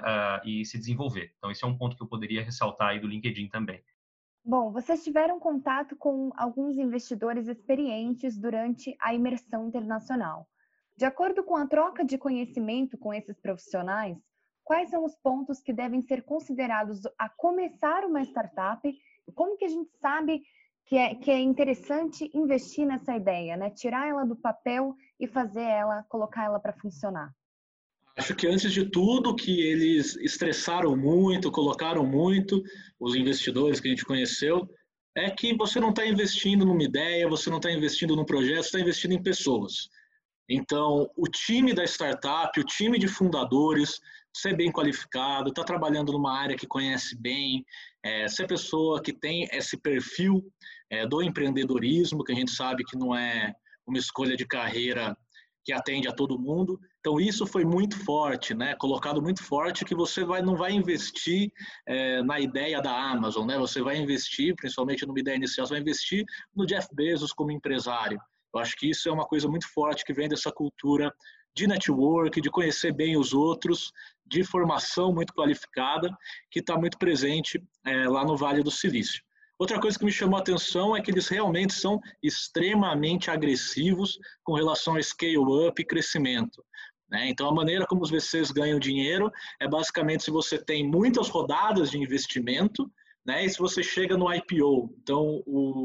e se desenvolver. Então, esse é um ponto que eu poderia ressaltar aí do LinkedIn também. Bom, vocês tiveram contato com alguns investidores experientes durante a imersão internacional. De acordo com a troca de conhecimento com esses profissionais, quais são os pontos que devem ser considerados a começar uma startup? Como que a gente sabe que é interessante investir nessa ideia, né? Tirar ela do papel e colocar ela para funcionar? Acho que antes de tudo que eles estressaram muito, colocaram muito, os investidores que a gente conheceu, é que você não está investindo numa ideia, você não está investindo num projeto, você está investindo em pessoas. Então, o time da startup, o time de fundadores, ser bem qualificado, está trabalhando numa área que conhece bem, ser pessoa que tem esse perfil do empreendedorismo, que a gente sabe que não é uma escolha de carreira que atende a todo mundo. Então, isso foi muito forte, né? Colocado muito forte, que você não vai investir na ideia da Amazon, né? Você vai investir, principalmente numa ideia inicial, você vai investir no Jeff Bezos como empresário. Eu acho que isso é uma coisa muito forte que vem dessa cultura de network, de conhecer bem os outros, de formação muito qualificada, que está muito presente lá no Vale do Silício. Outra coisa que me chamou a atenção é que eles realmente são extremamente agressivos com relação a scale-up e crescimento, né? Então, a maneira como os VCs ganham dinheiro é basicamente se você tem muitas rodadas de investimento, né? E se você chega no IPO. Então, o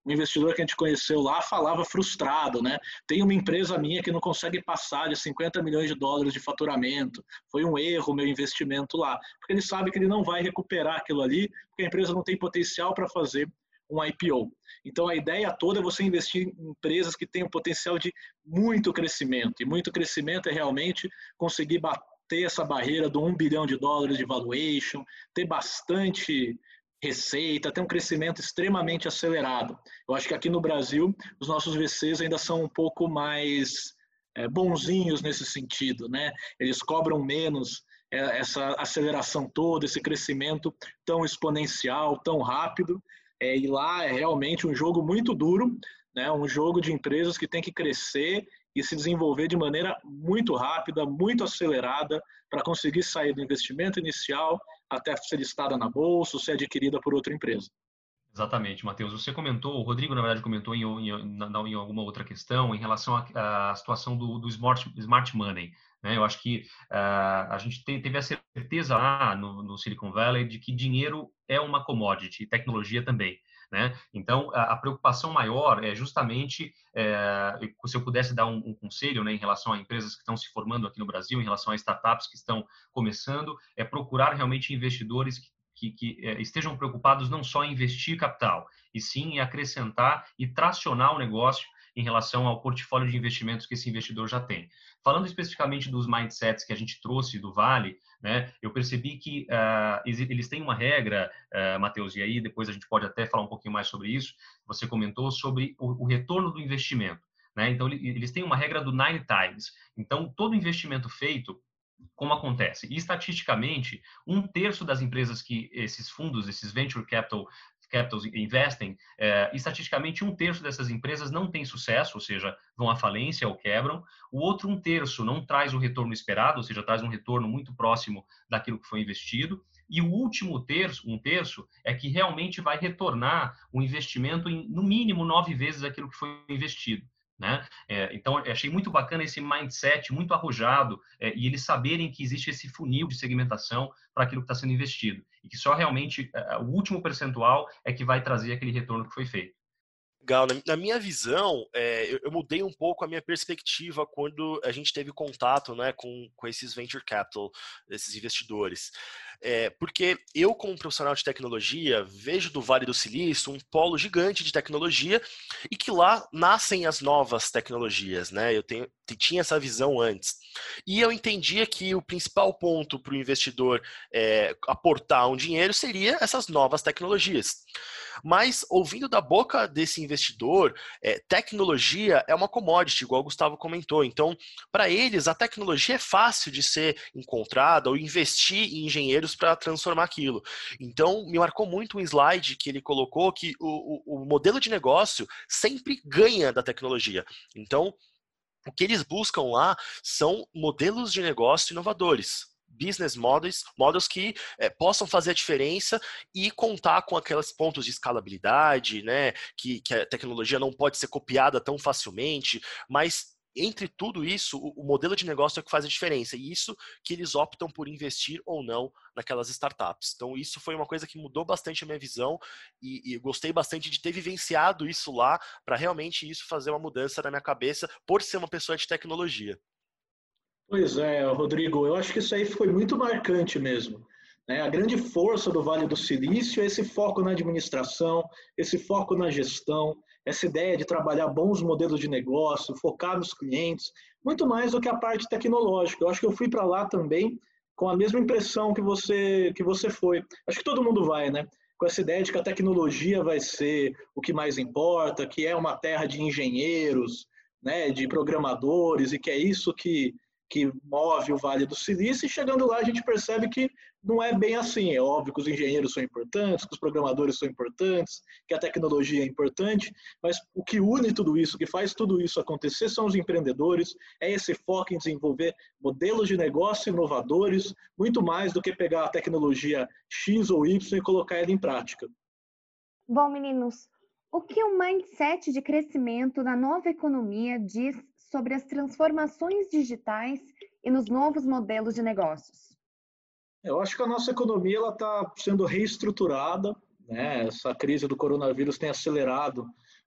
um investidor que a gente conheceu lá falava frustrado, né? Tem uma empresa minha que não consegue passar de 50 milhões de dólares de faturamento. Foi um erro meu investimento lá. Porque ele sabe que ele não vai recuperar aquilo ali, porque a empresa não tem potencial para fazer um IPO. Então, a ideia toda é você investir em empresas que têm um potencial de muito crescimento. E muito crescimento é realmente conseguir bater essa barreira do 1 bilhão de dólares de valuation, ter bastante receita, ter um crescimento extremamente acelerado. Eu acho que aqui no Brasil, os nossos VCs ainda são um pouco mais bonzinhos nesse sentido, né? Eles cobram menos essa aceleração toda, esse crescimento tão exponencial, tão rápido, e lá é realmente um jogo muito duro, né? Um jogo de empresas que tem que crescer e se desenvolver de maneira muito rápida, muito acelerada, para conseguir sair do investimento inicial até ser listada na bolsa ou ser adquirida por outra empresa. Exatamente, Matheus. Você comentou, o Rodrigo, na verdade, comentou em alguma outra questão em relação à situação do smart money. Né? Eu acho que a gente teve a certeza lá no Silicon Valley de que dinheiro é uma commodity, tecnologia também. Né? Então, a preocupação maior é justamente, se eu pudesse dar um conselho, né, em relação a empresas que estão se formando aqui no Brasil, em relação a startups que estão começando, é procurar realmente investidores que estejam preocupados não só em investir capital, e sim em acrescentar e tracionar o negócio em relação ao portfólio de investimentos que esse investidor já tem. Falando especificamente dos mindsets que a gente trouxe do Vale, né, eu percebi que eles têm uma regra, Matheus, e aí depois a gente pode até falar um pouquinho mais sobre isso. Você comentou sobre o retorno do investimento. Né? Então, eles têm uma regra do 9 times. Então, todo investimento feito, como acontece? E, estatisticamente, 1/3 das empresas que esses fundos, esses venture capitals investem, estatisticamente 1/3 dessas empresas não tem sucesso, ou seja, vão à falência ou quebram. O outro 1/3 não traz o retorno esperado, ou seja, traz um retorno muito próximo daquilo que foi investido. E o último terço é que realmente vai retornar o investimento em, no mínimo, 9 vezes aquilo que foi investido. Né? Então, achei muito bacana esse mindset, muito arrojado, e eles saberem que existe esse funil de segmentação para aquilo que está sendo investido. E que só realmente o último percentual é que vai trazer aquele retorno que foi feito. Legal. Na minha visão, eu mudei um pouco a minha perspectiva quando a gente teve contato, né, com esses venture capital, esses investidores. Porque eu, como profissional de tecnologia, vejo do Vale do Silício um polo gigante de tecnologia e que lá nascem as novas tecnologias, né? Eu tinha essa visão antes. E eu entendia que o principal ponto para o investidor aportar um dinheiro seria essas novas tecnologias. Mas, ouvindo da boca desse investidor, tecnologia é uma commodity, igual o Gustavo comentou. Então, para eles, a tecnologia é fácil de ser encontrada ou investir em engenheiros para transformar aquilo. Então, me marcou muito um slide que ele colocou que o modelo de negócio sempre ganha da tecnologia. Então, o que eles buscam lá são modelos de negócio inovadores. Business models que possam fazer a diferença e contar com aqueles pontos de escalabilidade, né, que a tecnologia não pode ser copiada tão facilmente, mas entre tudo isso, o modelo de negócio é o que faz a diferença, e isso que eles optam por investir ou não naquelas startups. Então isso foi uma coisa que mudou bastante a minha visão e gostei bastante de ter vivenciado isso lá para realmente isso fazer uma mudança na minha cabeça por ser uma pessoa de tecnologia. Pois é, Rodrigo, eu acho que isso aí foi muito marcante mesmo. Né? A grande força do Vale do Silício é esse foco na administração, esse foco na gestão, essa ideia de trabalhar bons modelos de negócio, focar nos clientes, muito mais do que a parte tecnológica. Eu acho que eu fui para lá também com a mesma impressão que você foi. Acho que todo mundo vai, né? Com essa ideia de que a tecnologia vai ser o que mais importa, que é uma terra de engenheiros, né, de programadores, e que é isso que move o Vale do Silício, e chegando lá a gente percebe que não é bem assim. É óbvio que os engenheiros são importantes, que os programadores são importantes, que a tecnologia é importante, mas o que une tudo isso, o que faz tudo isso acontecer são os empreendedores, é esse foco em desenvolver modelos de negócio inovadores, muito mais do que pegar a tecnologia X ou Y e colocar ela em prática. Bom, meninos, o que o mindset de crescimento da nova economia diz sobre as transformações digitais e nos novos modelos de negócios? Eu acho que a nossa economia está sendo reestruturada, né? Essa crise do coronavírus tem acelerado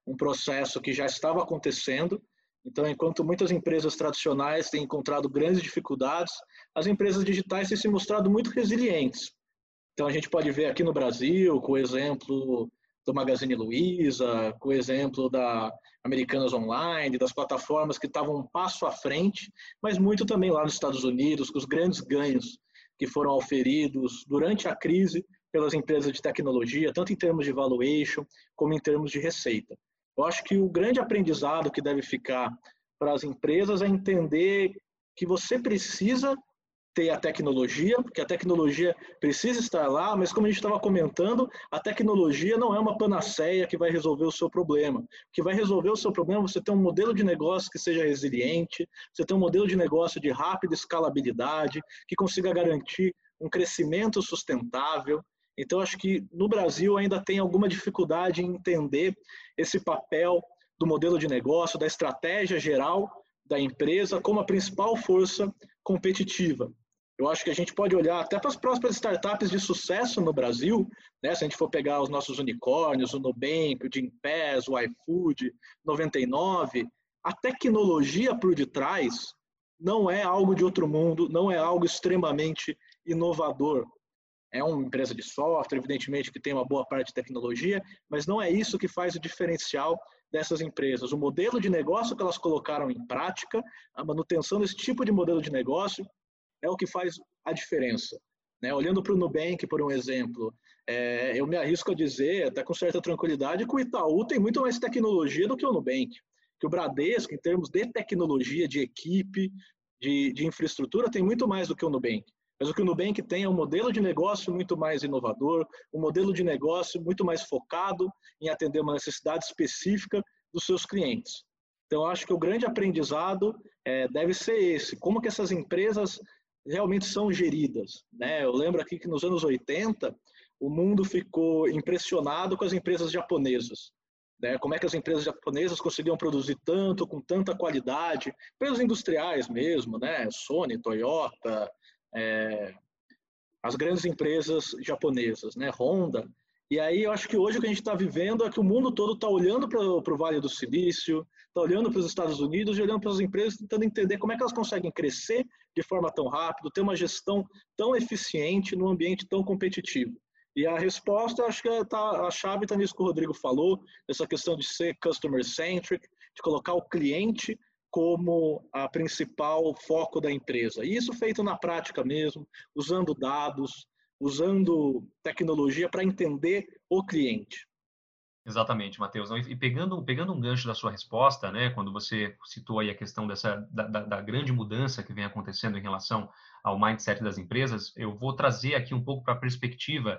um processo que já estava acontecendo. Então, enquanto muitas empresas tradicionais têm encontrado grandes dificuldades, as empresas digitais têm se mostrado muito resilientes. Então, a gente pode ver aqui no Brasil, com o exemplo do Magazine Luiza, com o exemplo da Americanas Online, das plataformas que estavam um passo à frente, mas muito também lá nos Estados Unidos, com os grandes ganhos que foram auferidos durante a crise pelas empresas de tecnologia, tanto em termos de valuation, como em termos de receita. Eu acho que o grande aprendizado que deve ficar para as empresas é entender que você precisa ter a tecnologia, porque a tecnologia precisa estar lá, mas como a gente estava comentando, a tecnologia não é uma panaceia que vai resolver o seu problema. O que vai resolver o seu problema é você ter um modelo de negócio que seja resiliente, você ter um modelo de negócio de rápida escalabilidade, que consiga garantir um crescimento sustentável. Então, acho que no Brasil ainda tem alguma dificuldade em entender esse papel do modelo de negócio, da estratégia geral da empresa como a principal força competitiva. Eu acho que a gente pode olhar até para as próprias startups de sucesso no Brasil, né? Se a gente for pegar os nossos unicórnios, o Nubank, o Gympass, o iFood, 99, a tecnologia por detrás não é algo de outro mundo, não é algo extremamente inovador. É uma empresa de software, evidentemente, que tem uma boa parte de tecnologia, mas não é isso que faz o diferencial dessas empresas. O modelo de negócio que elas colocaram em prática, a manutenção desse tipo de modelo de negócio, é o que faz a diferença. Né? Olhando para o Nubank, por um exemplo, eu me arrisco a dizer, até com certa tranquilidade, que o Itaú tem muito mais tecnologia do que o Nubank. Que o Bradesco, em termos de tecnologia, de equipe, de infraestrutura, tem muito mais do que o Nubank. Mas o que o Nubank tem é um modelo de negócio muito mais inovador, um modelo de negócio muito mais focado em atender uma necessidade específica dos seus clientes. Então, eu acho que o grande aprendizado deve ser esse. Como que essas empresas realmente são geridas, né? Eu lembro aqui que nos anos 80, o mundo ficou impressionado com as empresas japonesas. Né? Como é que as empresas japonesas conseguiam produzir tanto, com tanta qualidade, empresas industriais mesmo, né? Sony, Toyota, as grandes empresas japonesas, né? Honda. E aí eu acho que hoje o que a gente está vivendo é que o mundo todo está olhando para o Vale do Silício, está olhando para os Estados Unidos e olhando para as empresas, tentando entender como é que elas conseguem crescer de forma tão rápida, ter uma gestão tão eficiente num ambiente tão competitivo. E a resposta, acho que a chave está nisso que o Rodrigo falou, essa questão de ser customer-centric, de colocar o cliente como a principal foco da empresa. E isso feito na prática mesmo, usando dados, usando tecnologia para entender o cliente. Exatamente, Matheus. E pegando um gancho da sua resposta, né, quando você citou aí a questão da grande mudança que vem acontecendo em relação ao mindset das empresas, eu vou trazer aqui um pouco para a perspectiva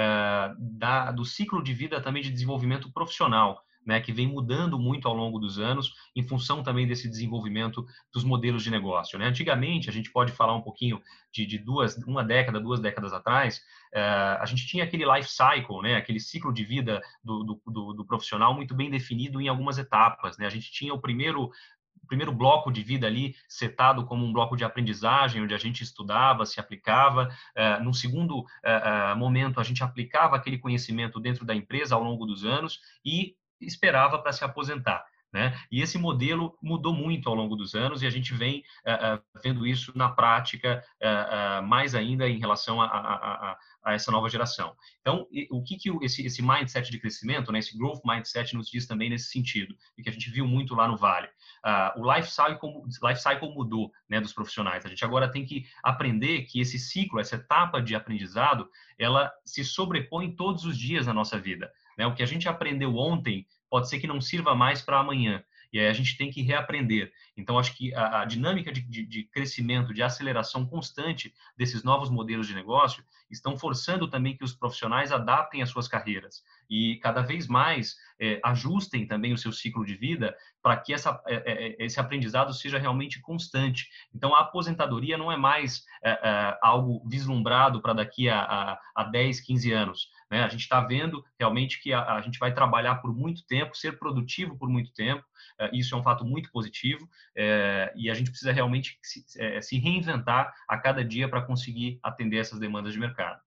do ciclo de vida também de desenvolvimento profissional, né, que vem mudando muito ao longo dos anos, em função também desse desenvolvimento dos modelos de negócio. Né? Antigamente, a gente pode falar um pouquinho de uma década, 2 décadas atrás, a gente tinha aquele life cycle, né, aquele ciclo de vida do profissional muito bem definido em algumas etapas. Né? A gente tinha o primeiro bloco de vida ali setado como um bloco de aprendizagem, onde a gente estudava, se aplicava. No segundo momento, a gente aplicava aquele conhecimento dentro da empresa ao longo dos anos e esperava para se aposentar. Né? E esse modelo mudou muito ao longo dos anos e a gente vem vendo isso na prática mais ainda em relação a essa nova geração. Então, o que esse mindset de crescimento, né, esse growth mindset nos diz também nesse sentido, e que a gente viu muito lá no Vale. O life cycle mudou, né, dos profissionais. A gente agora tem que aprender que esse ciclo, essa etapa de aprendizado, ela se sobrepõe todos os dias na nossa vida. Né? O que a gente aprendeu ontem pode ser que não sirva mais para amanhã. E aí a gente tem que reaprender. Então, acho que a dinâmica de crescimento, de aceleração constante desses novos modelos de negócio estão forçando também que os profissionais adaptem as suas carreiras e cada vez mais ajustem também o seu ciclo de vida para que esse aprendizado seja realmente constante. Então, a aposentadoria não é mais algo vislumbrado para daqui a 10, 15 anos. Né? A gente está vendo realmente que a gente vai trabalhar por muito tempo, ser produtivo por muito tempo. Isso é um fato muito positivo e a gente precisa realmente se reinventar a cada dia para conseguir atender essas demandas de mercado.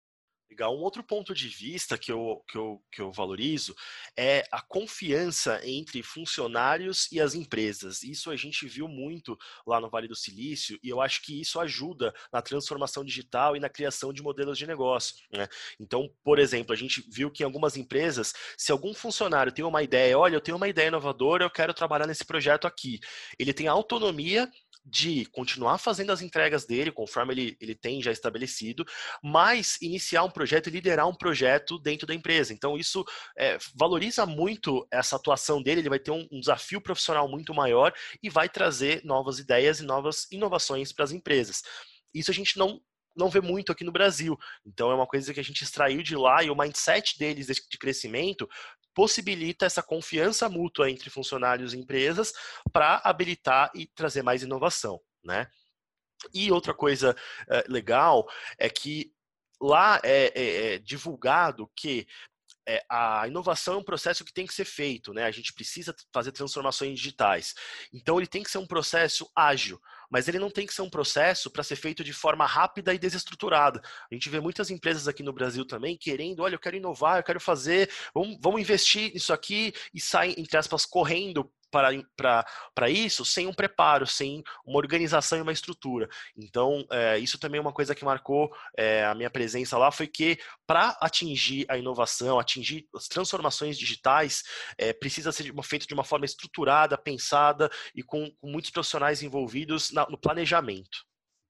Legal. Um outro ponto de vista que eu valorizo é a confiança entre funcionários e as empresas. Isso a gente viu muito lá no Vale do Silício e eu acho que isso ajuda na transformação digital e na criação de modelos de negócio, né? Então, por exemplo, a gente viu que em algumas empresas, se algum funcionário tem uma ideia, olha, eu tenho uma ideia inovadora, eu quero trabalhar nesse projeto aqui, ele tem a autonomia de continuar fazendo as entregas dele, conforme ele tem já estabelecido, mas iniciar um projeto e liderar um projeto dentro da empresa. Então, isso valoriza muito essa atuação dele, ele vai ter um desafio profissional muito maior e vai trazer novas ideias e novas inovações para as empresas. Isso a gente não vê muito aqui no Brasil. Então, é uma coisa que a gente extraiu de lá e o mindset deles de crescimento possibilita essa confiança mútua entre funcionários e empresas para habilitar e trazer mais inovação, né? E outra coisa legal é que lá é divulgado que a inovação é um processo que tem que ser feito, né? A gente precisa fazer transformações digitais. Então, ele tem que ser um processo ágil, mas ele não tem que ser um processo para ser feito de forma rápida e desestruturada. A gente vê muitas empresas aqui no Brasil também querendo, olha, eu quero inovar, eu quero fazer, vamos investir nisso aqui e saem, entre aspas, correndo para isso, sem um preparo, sem uma organização e uma estrutura. Então, isso também é uma coisa que marcou a minha presença lá, foi que para atingir a inovação, atingir as transformações digitais, precisa ser feito de uma forma estruturada, pensada e com muitos profissionais envolvidos no planejamento.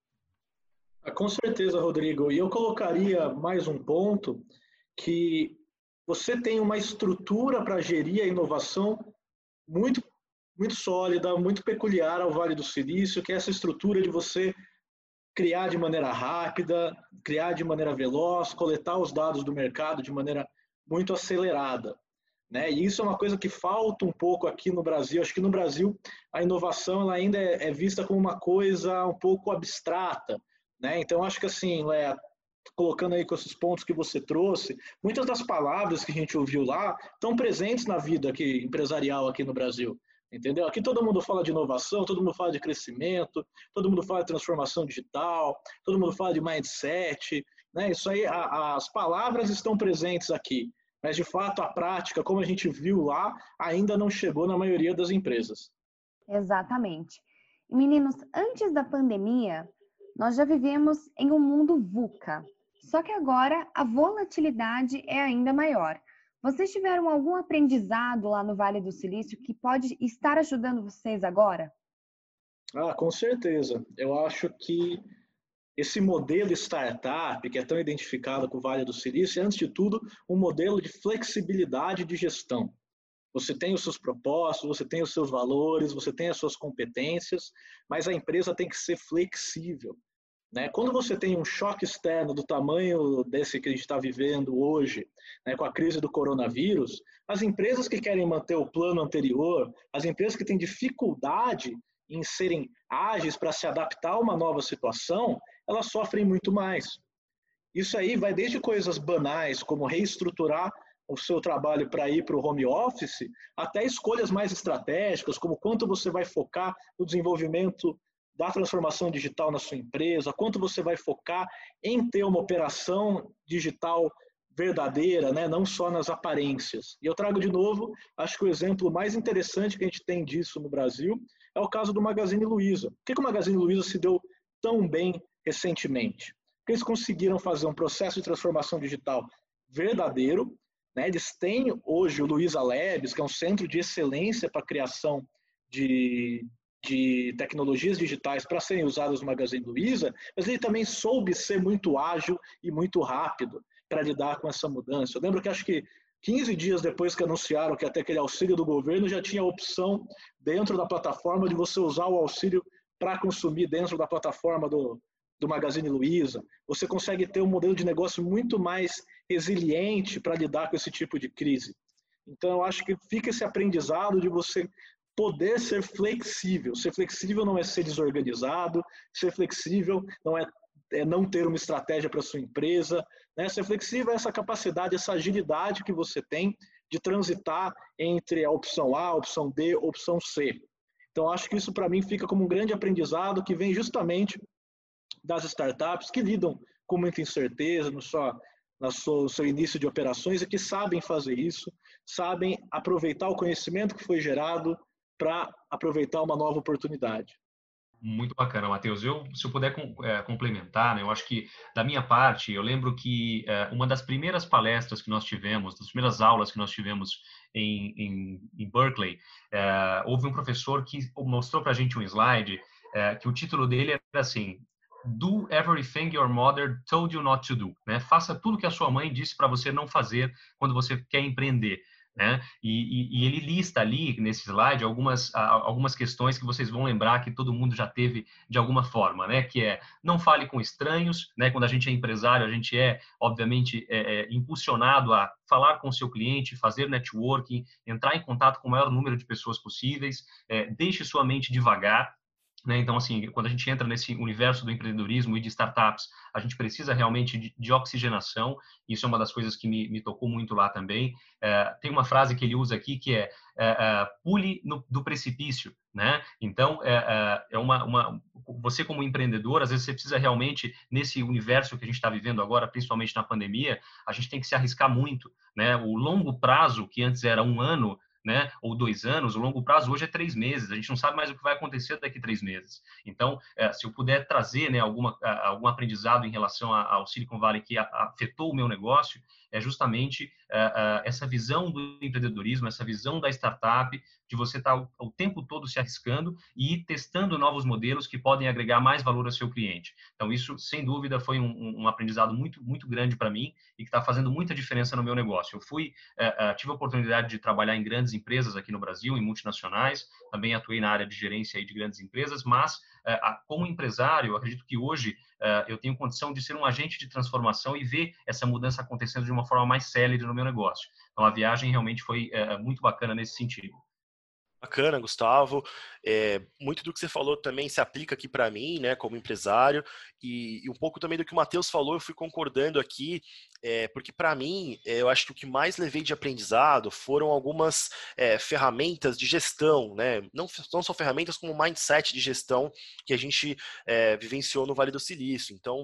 Com certeza, Rodrigo. E eu colocaria mais um ponto, que você tem uma estrutura para gerir a inovação muito, muito sólida, muito peculiar ao Vale do Silício, que é essa estrutura de você criar de maneira rápida, criar de maneira veloz, coletar os dados do mercado de maneira muito acelerada, né? E isso é uma coisa que falta um pouco aqui no Brasil. Acho que no Brasil a inovação ela ainda é vista como uma coisa um pouco abstrata, né? Então acho que assim, colocando aí com esses pontos que você trouxe, muitas das palavras que a gente ouviu lá estão presentes na vida aqui, empresarial aqui no Brasil, entendeu? Aqui todo mundo fala de inovação, todo mundo fala de crescimento, todo mundo fala de transformação digital, todo mundo fala de mindset, né? Isso aí, as palavras estão presentes aqui, mas de fato a prática, como a gente viu lá, ainda não chegou na maioria das empresas. Exatamente. Meninos, antes da pandemia, nós já vivemos em um mundo VUCA. Só que agora a volatilidade é ainda maior. Vocês tiveram algum aprendizado lá no Vale do Silício que pode estar ajudando vocês agora? Com certeza. Eu acho que esse modelo startup, que é tão identificado com o Vale do Silício, é, antes de tudo, um modelo de flexibilidade de gestão. Você tem os seus propósitos, você tem os seus valores, você tem as suas competências, mas a empresa tem que ser flexível, né? Quando você tem um choque externo do tamanho desse que a gente está vivendo hoje, né, com a crise do coronavírus, as empresas que querem manter o plano anterior, as empresas que têm dificuldade em serem ágeis para se adaptar a uma nova situação, elas sofrem muito mais. Isso aí vai desde coisas banais, como reestruturar o seu trabalho para ir para o home office, até escolhas mais estratégicas, como quanto você vai focar no desenvolvimento da transformação digital na sua empresa, quanto você vai focar em ter uma operação digital verdadeira, né? Não só nas aparências. E eu trago de novo, acho que o exemplo mais interessante que a gente tem disso no Brasil é o caso do Magazine Luiza. Por que o Magazine Luiza se deu tão bem recentemente? Porque eles conseguiram fazer um processo de transformação digital verdadeiro, né? Eles têm hoje o Luiza Labs, que é um centro de excelência para a criação de tecnologias digitais para serem usadas no Magazine Luiza, mas ele também soube ser muito ágil e muito rápido para lidar com essa mudança. Eu lembro que acho que 15 dias depois que anunciaram que até aquele auxílio do governo, já tinha a opção dentro da plataforma de você usar o auxílio para consumir dentro da plataforma do Magazine Luiza. Você consegue ter um modelo de negócio muito mais resiliente para lidar com esse tipo de crise. Então, eu acho que fica esse aprendizado de você poder ser flexível. Ser flexível não é ser desorganizado, ser flexível não é não ter uma estratégia para a sua empresa, né? Ser flexível é essa capacidade, essa agilidade que você tem de transitar entre a opção A, a opção B, a opção C. Então, acho que isso para mim fica como um grande aprendizado que vem justamente das startups que lidam com muita incerteza, no seu início de operações e que sabem fazer isso, sabem aproveitar o conhecimento que foi gerado para aproveitar uma nova oportunidade. Muito bacana, Matheus. Se eu puder complementar, né, eu acho que, da minha parte, eu lembro que uma das primeiras palestras que nós tivemos, das primeiras aulas que nós tivemos em Berkeley, houve um professor que mostrou para a gente um slide que o título dele era assim: Do everything your mother told you not to do. Né? Faça tudo que a sua mãe disse para você não fazer quando você quer empreender. Né? E ele lista ali, nesse slide, algumas questões que vocês vão lembrar que todo mundo já teve de alguma forma, né? Que é, não fale com estranhos, né? Quando a gente é empresário, a gente é, obviamente, impulsionado a falar com o seu cliente, fazer networking, entrar em contato com o maior número de pessoas possíveis, deixe sua mente devagar. Né? Então, assim, quando a gente entra nesse universo do empreendedorismo e de startups, a gente precisa realmente de oxigenação. Isso é uma das coisas que me tocou muito lá também. Tem uma frase que ele usa aqui que é pule do precipício. Né? Então, você como empreendedor, às vezes você precisa realmente, nesse universo que a gente está vivendo agora, principalmente na pandemia, a gente tem que se arriscar muito. Né? O longo prazo, que antes era 1 ano, né, ou 2 anos, o longo prazo hoje é 3 meses, a gente não sabe mais o que vai acontecer daqui a 3 meses. Então, se eu puder trazer, né, algum aprendizado em relação ao Silicon Valley que afetou o meu negócio, é justamente essa visão do empreendedorismo, essa visão da startup, de você estar o tempo todo se arriscando e ir testando novos modelos que podem agregar mais valor ao seu cliente. Então, isso, sem dúvida, foi um aprendizado muito, muito grande para mim e que está fazendo muita diferença no meu negócio. Eu tive a oportunidade de trabalhar em grandes empresas aqui no Brasil, em multinacionais, também atuei na área de gerência de grandes empresas, mas como empresário, eu acredito que hoje eu tenho condição de ser um agente de transformação e ver essa mudança acontecendo de uma forma mais célere no meu negócio. Então, a viagem realmente foi muito bacana nesse sentido. Bacana, Gustavo. Muito do que você falou também se aplica aqui para mim, né, como empresário, e um pouco também do que o Matheus falou, eu fui concordando aqui, porque para mim, eu acho que o que mais levei de aprendizado foram algumas ferramentas de gestão, né, não só ferramentas, como mindset de gestão que a gente vivenciou no Vale do Silício. Então,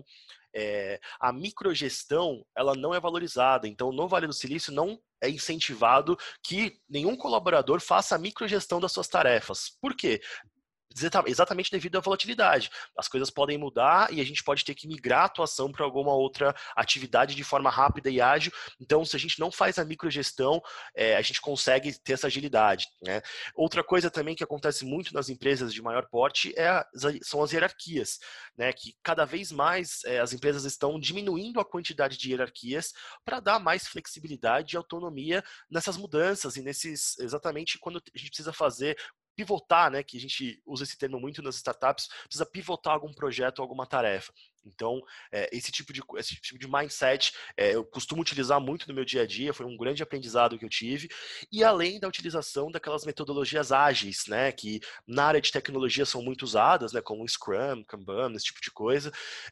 a microgestão, ela não é valorizada. Então, no Vale do Silício, não é incentivado que nenhum colaborador faça a microgestão das suas tarefas. Por quê? Exatamente devido à volatilidade. As coisas podem mudar e a gente pode ter que migrar a atuação para alguma outra atividade de forma rápida e ágil. Então, se a gente não faz a microgestão, a gente consegue ter essa agilidade. Né? Outra coisa também que acontece muito nas empresas de maior porte são as hierarquias, né? Que cada vez mais as empresas estão diminuindo a quantidade de hierarquias para dar mais flexibilidade e autonomia nessas mudanças e exatamente quando a gente precisa pivotar, né, que a gente usa esse termo muito nas startups, precisa pivotar algum projeto, alguma tarefa. Então, esse tipo de mindset eu costumo utilizar muito no meu dia a dia, foi um grande aprendizado que eu tive, e além da utilização daquelas metodologias ágeis, né, que na área de tecnologia são muito usadas, né, como Scrum, Kanban, esse tipo de coisa,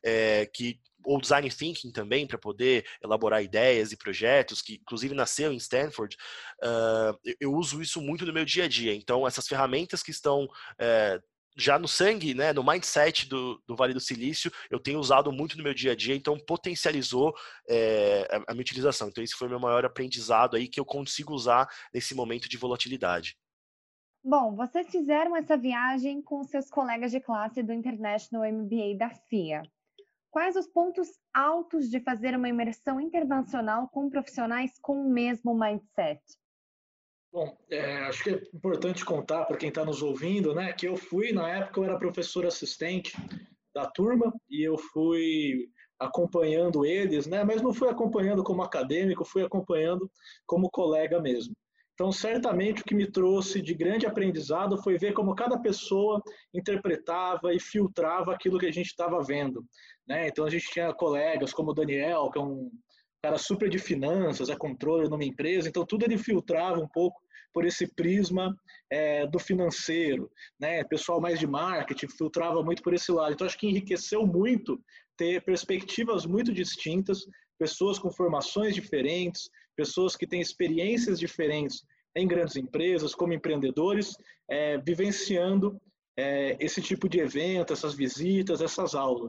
ou Design Thinking também, para poder elaborar ideias e projetos, que inclusive nasceu em Stanford, eu uso isso muito no meu dia a dia. Então, essas ferramentas que estão já no sangue, né, no mindset do Vale do Silício, eu tenho usado muito no meu dia a dia, então potencializou a minha utilização. Então, esse foi o meu maior aprendizado aí que eu consigo usar nesse momento de volatilidade. Bom, vocês fizeram essa viagem com seus colegas de classe do International MBA da FIA. Quais os pontos altos de fazer uma imersão internacional com profissionais com o mesmo mindset? Bom, acho que é importante contar para quem está nos ouvindo, né, que na época eu era professor assistente da turma e eu fui acompanhando eles, né, mas não fui acompanhando como acadêmico, fui acompanhando como colega mesmo. Então, certamente o que me trouxe de grande aprendizado foi ver como cada pessoa interpretava e filtrava aquilo que a gente estava vendo, né? Então, a gente tinha colegas como o Daniel, que é um cara super de finanças, é controle numa empresa, então tudo ele filtrava um pouco por esse prisma do financeiro, né? Pessoal mais de marketing filtrava muito por esse lado. Então, acho que enriqueceu muito ter perspectivas muito distintas, pessoas com formações diferentes, pessoas que têm experiências diferentes em grandes empresas, como empreendedores, vivenciando esse tipo de evento, essas visitas, essas aulas.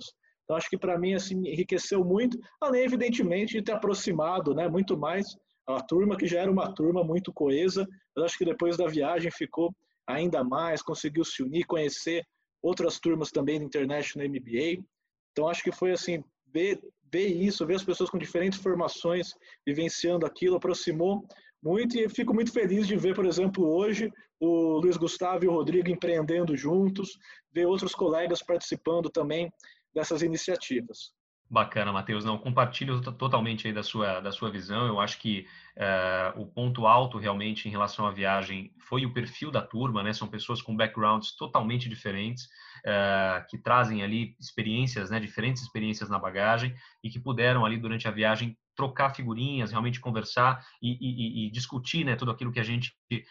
Então, acho que para mim assim, enriqueceu muito, além, evidentemente, de ter aproximado, né, muito mais a turma, que já era uma turma muito coesa. Eu acho que depois da viagem ficou ainda mais, conseguiu se unir, conhecer outras turmas também do International MBA. Então, acho que foi assim, ver isso, ver as pessoas com diferentes formações vivenciando aquilo, aproximou muito, e fico muito feliz de ver, por exemplo, hoje o Luiz Gustavo e o Rodrigo empreendendo juntos, ver outros colegas participando também dessas iniciativas. Bacana, Matheus. Não, compartilho totalmente aí da sua visão. Eu acho que o ponto alto realmente em relação à viagem foi o perfil da turma, né? São pessoas com backgrounds totalmente diferentes, que trazem ali experiências, né? Diferentes experiências na bagagem e que puderam ali durante a viagem trocar figurinhas, realmente conversar e discutir, né? Tudo aquilo que a gente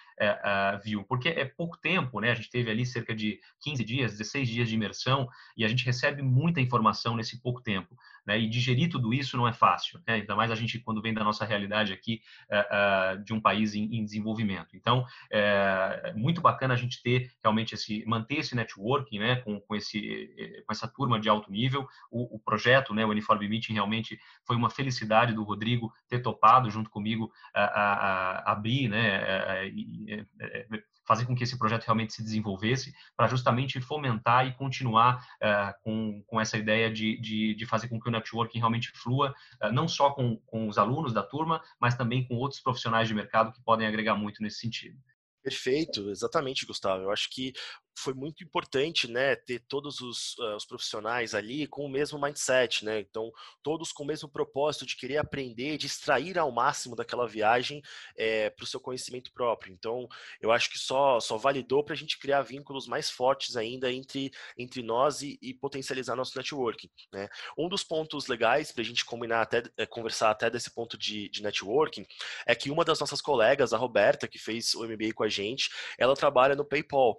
viu. Porque é pouco tempo, né? A gente teve ali cerca de 15 dias, 16 dias de imersão e a gente recebe muita informação nesse pouco tempo. Né, e digerir tudo isso não é fácil, né? Ainda mais a gente quando vem da nossa realidade aqui de um país em desenvolvimento. Então, é muito bacana a gente ter realmente manter esse networking, né, com essa turma de alto nível. O projeto, né, o Uniform Meeting, realmente foi uma felicidade do Rodrigo ter topado junto comigo abrir, né, fazer com que esse projeto realmente se desenvolvesse, para justamente fomentar e continuar com essa ideia de fazer com que o networking realmente flua, não só com os alunos da turma, mas também com outros profissionais de mercado que podem agregar muito nesse sentido. Perfeito, exatamente, Gustavo. Eu acho que foi muito importante, né, ter todos os profissionais ali com o mesmo mindset, né? Então, todos com o mesmo propósito de querer aprender, de extrair ao máximo daquela viagem para o seu conhecimento próprio. Então, eu acho que só validou para a gente criar vínculos mais fortes ainda entre nós e potencializar nosso networking, né? Um dos pontos legais para a gente combinar conversar até desse ponto de networking é que uma das nossas colegas, a Roberta, que fez o MBA com a gente, ela trabalha no PayPal.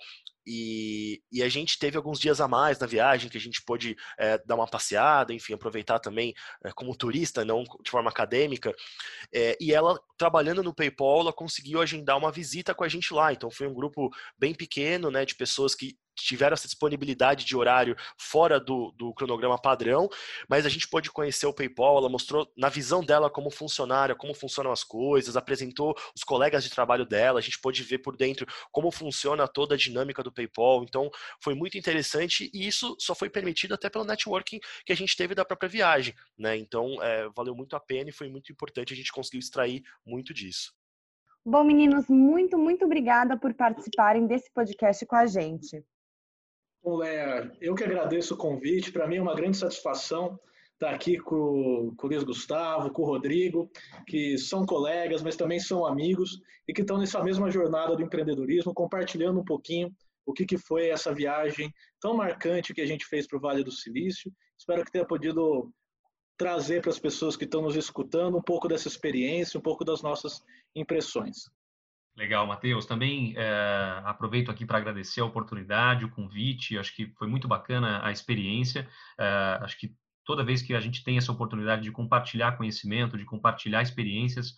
E a gente teve alguns dias a mais na viagem que a gente pôde dar uma passeada, enfim, aproveitar também como turista, não de forma acadêmica. E ela, trabalhando no PayPal, ela conseguiu agendar uma visita com a gente lá. Então foi um grupo bem pequeno, né, de pessoas que tiveram essa disponibilidade de horário fora do cronograma padrão, mas a gente pôde conhecer o PayPal, ela mostrou na visão dela como funcionária, como funcionam as coisas, apresentou os colegas de trabalho dela, a gente pôde ver por dentro como funciona toda a dinâmica do PayPal, então foi muito interessante e isso só foi permitido até pelo networking que a gente teve da própria viagem, né? Então valeu muito a pena e foi muito importante, a gente conseguiu extrair muito disso. Bom, meninos, muito, muito obrigada por participarem desse podcast com a gente. Bom, Léa, eu que agradeço o convite. Para mim é uma grande satisfação estar aqui com o Luiz Gustavo, com o Rodrigo, que são colegas, mas também são amigos e que estão nessa mesma jornada do empreendedorismo, compartilhando um pouquinho o que foi essa viagem tão marcante que a gente fez para o Vale do Silício. Espero que tenha podido trazer para as pessoas que estão nos escutando um pouco dessa experiência, um pouco das nossas impressões. Legal, Matheus. Também aproveito aqui para agradecer a oportunidade, o convite. Acho que foi muito bacana a experiência. Acho que toda vez que a gente tem essa oportunidade de compartilhar conhecimento, de compartilhar experiências,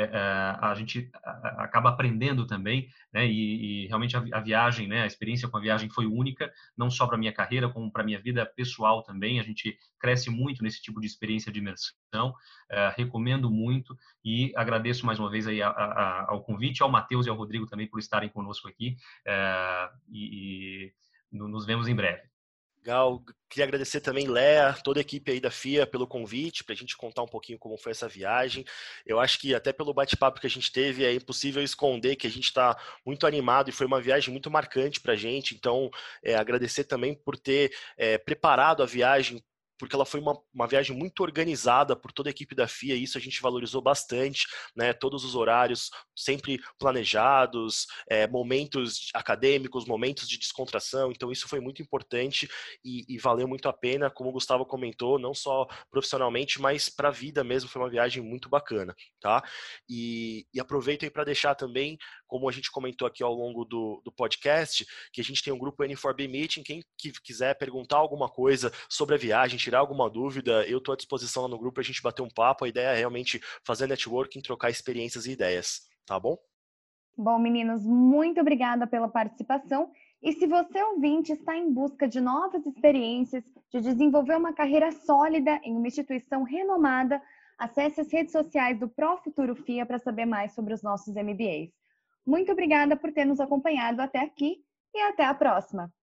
a gente acaba aprendendo também, né? E realmente a viagem, né? A experiência com a viagem foi única, não só para minha carreira, como para minha vida pessoal também. A gente cresce muito nesse tipo de experiência de imersão. Recomendo muito e agradeço mais uma vez aí ao convite, ao Matheus e ao Rodrigo também por estarem conosco aqui e nos vemos em breve. Legal, queria agradecer também, Léa, toda a equipe aí da FIA pelo convite, para a gente contar um pouquinho como foi essa viagem. Eu acho que até pelo bate-papo que a gente teve, é impossível esconder que a gente está muito animado e foi uma viagem muito marcante para a gente, então agradecer também por ter preparado a viagem, porque ela foi uma viagem muito organizada por toda a equipe da FIA, e isso a gente valorizou bastante, né? Todos os horários sempre planejados, momentos acadêmicos, momentos de descontração, então isso foi muito importante e valeu muito a pena, como o Gustavo comentou, não só profissionalmente, mas para a vida mesmo, foi uma viagem muito bacana, tá? E aproveito aí para deixar também, como a gente comentou aqui ao longo do podcast, que a gente tem um grupo N4B Meeting, quem quiser perguntar alguma coisa sobre a viagem, tirar alguma dúvida, eu estou à disposição lá no grupo para a gente bater um papo, a ideia é realmente fazer networking, trocar experiências e ideias, tá bom? Bom, meninos, muito obrigada pela participação. E se você, ouvinte, está em busca de novas experiências, de desenvolver uma carreira sólida em uma instituição renomada, acesse as redes sociais do ProFuturo FIA para saber mais sobre os nossos MBAs. Muito obrigada por ter nos acompanhado até aqui e até a próxima!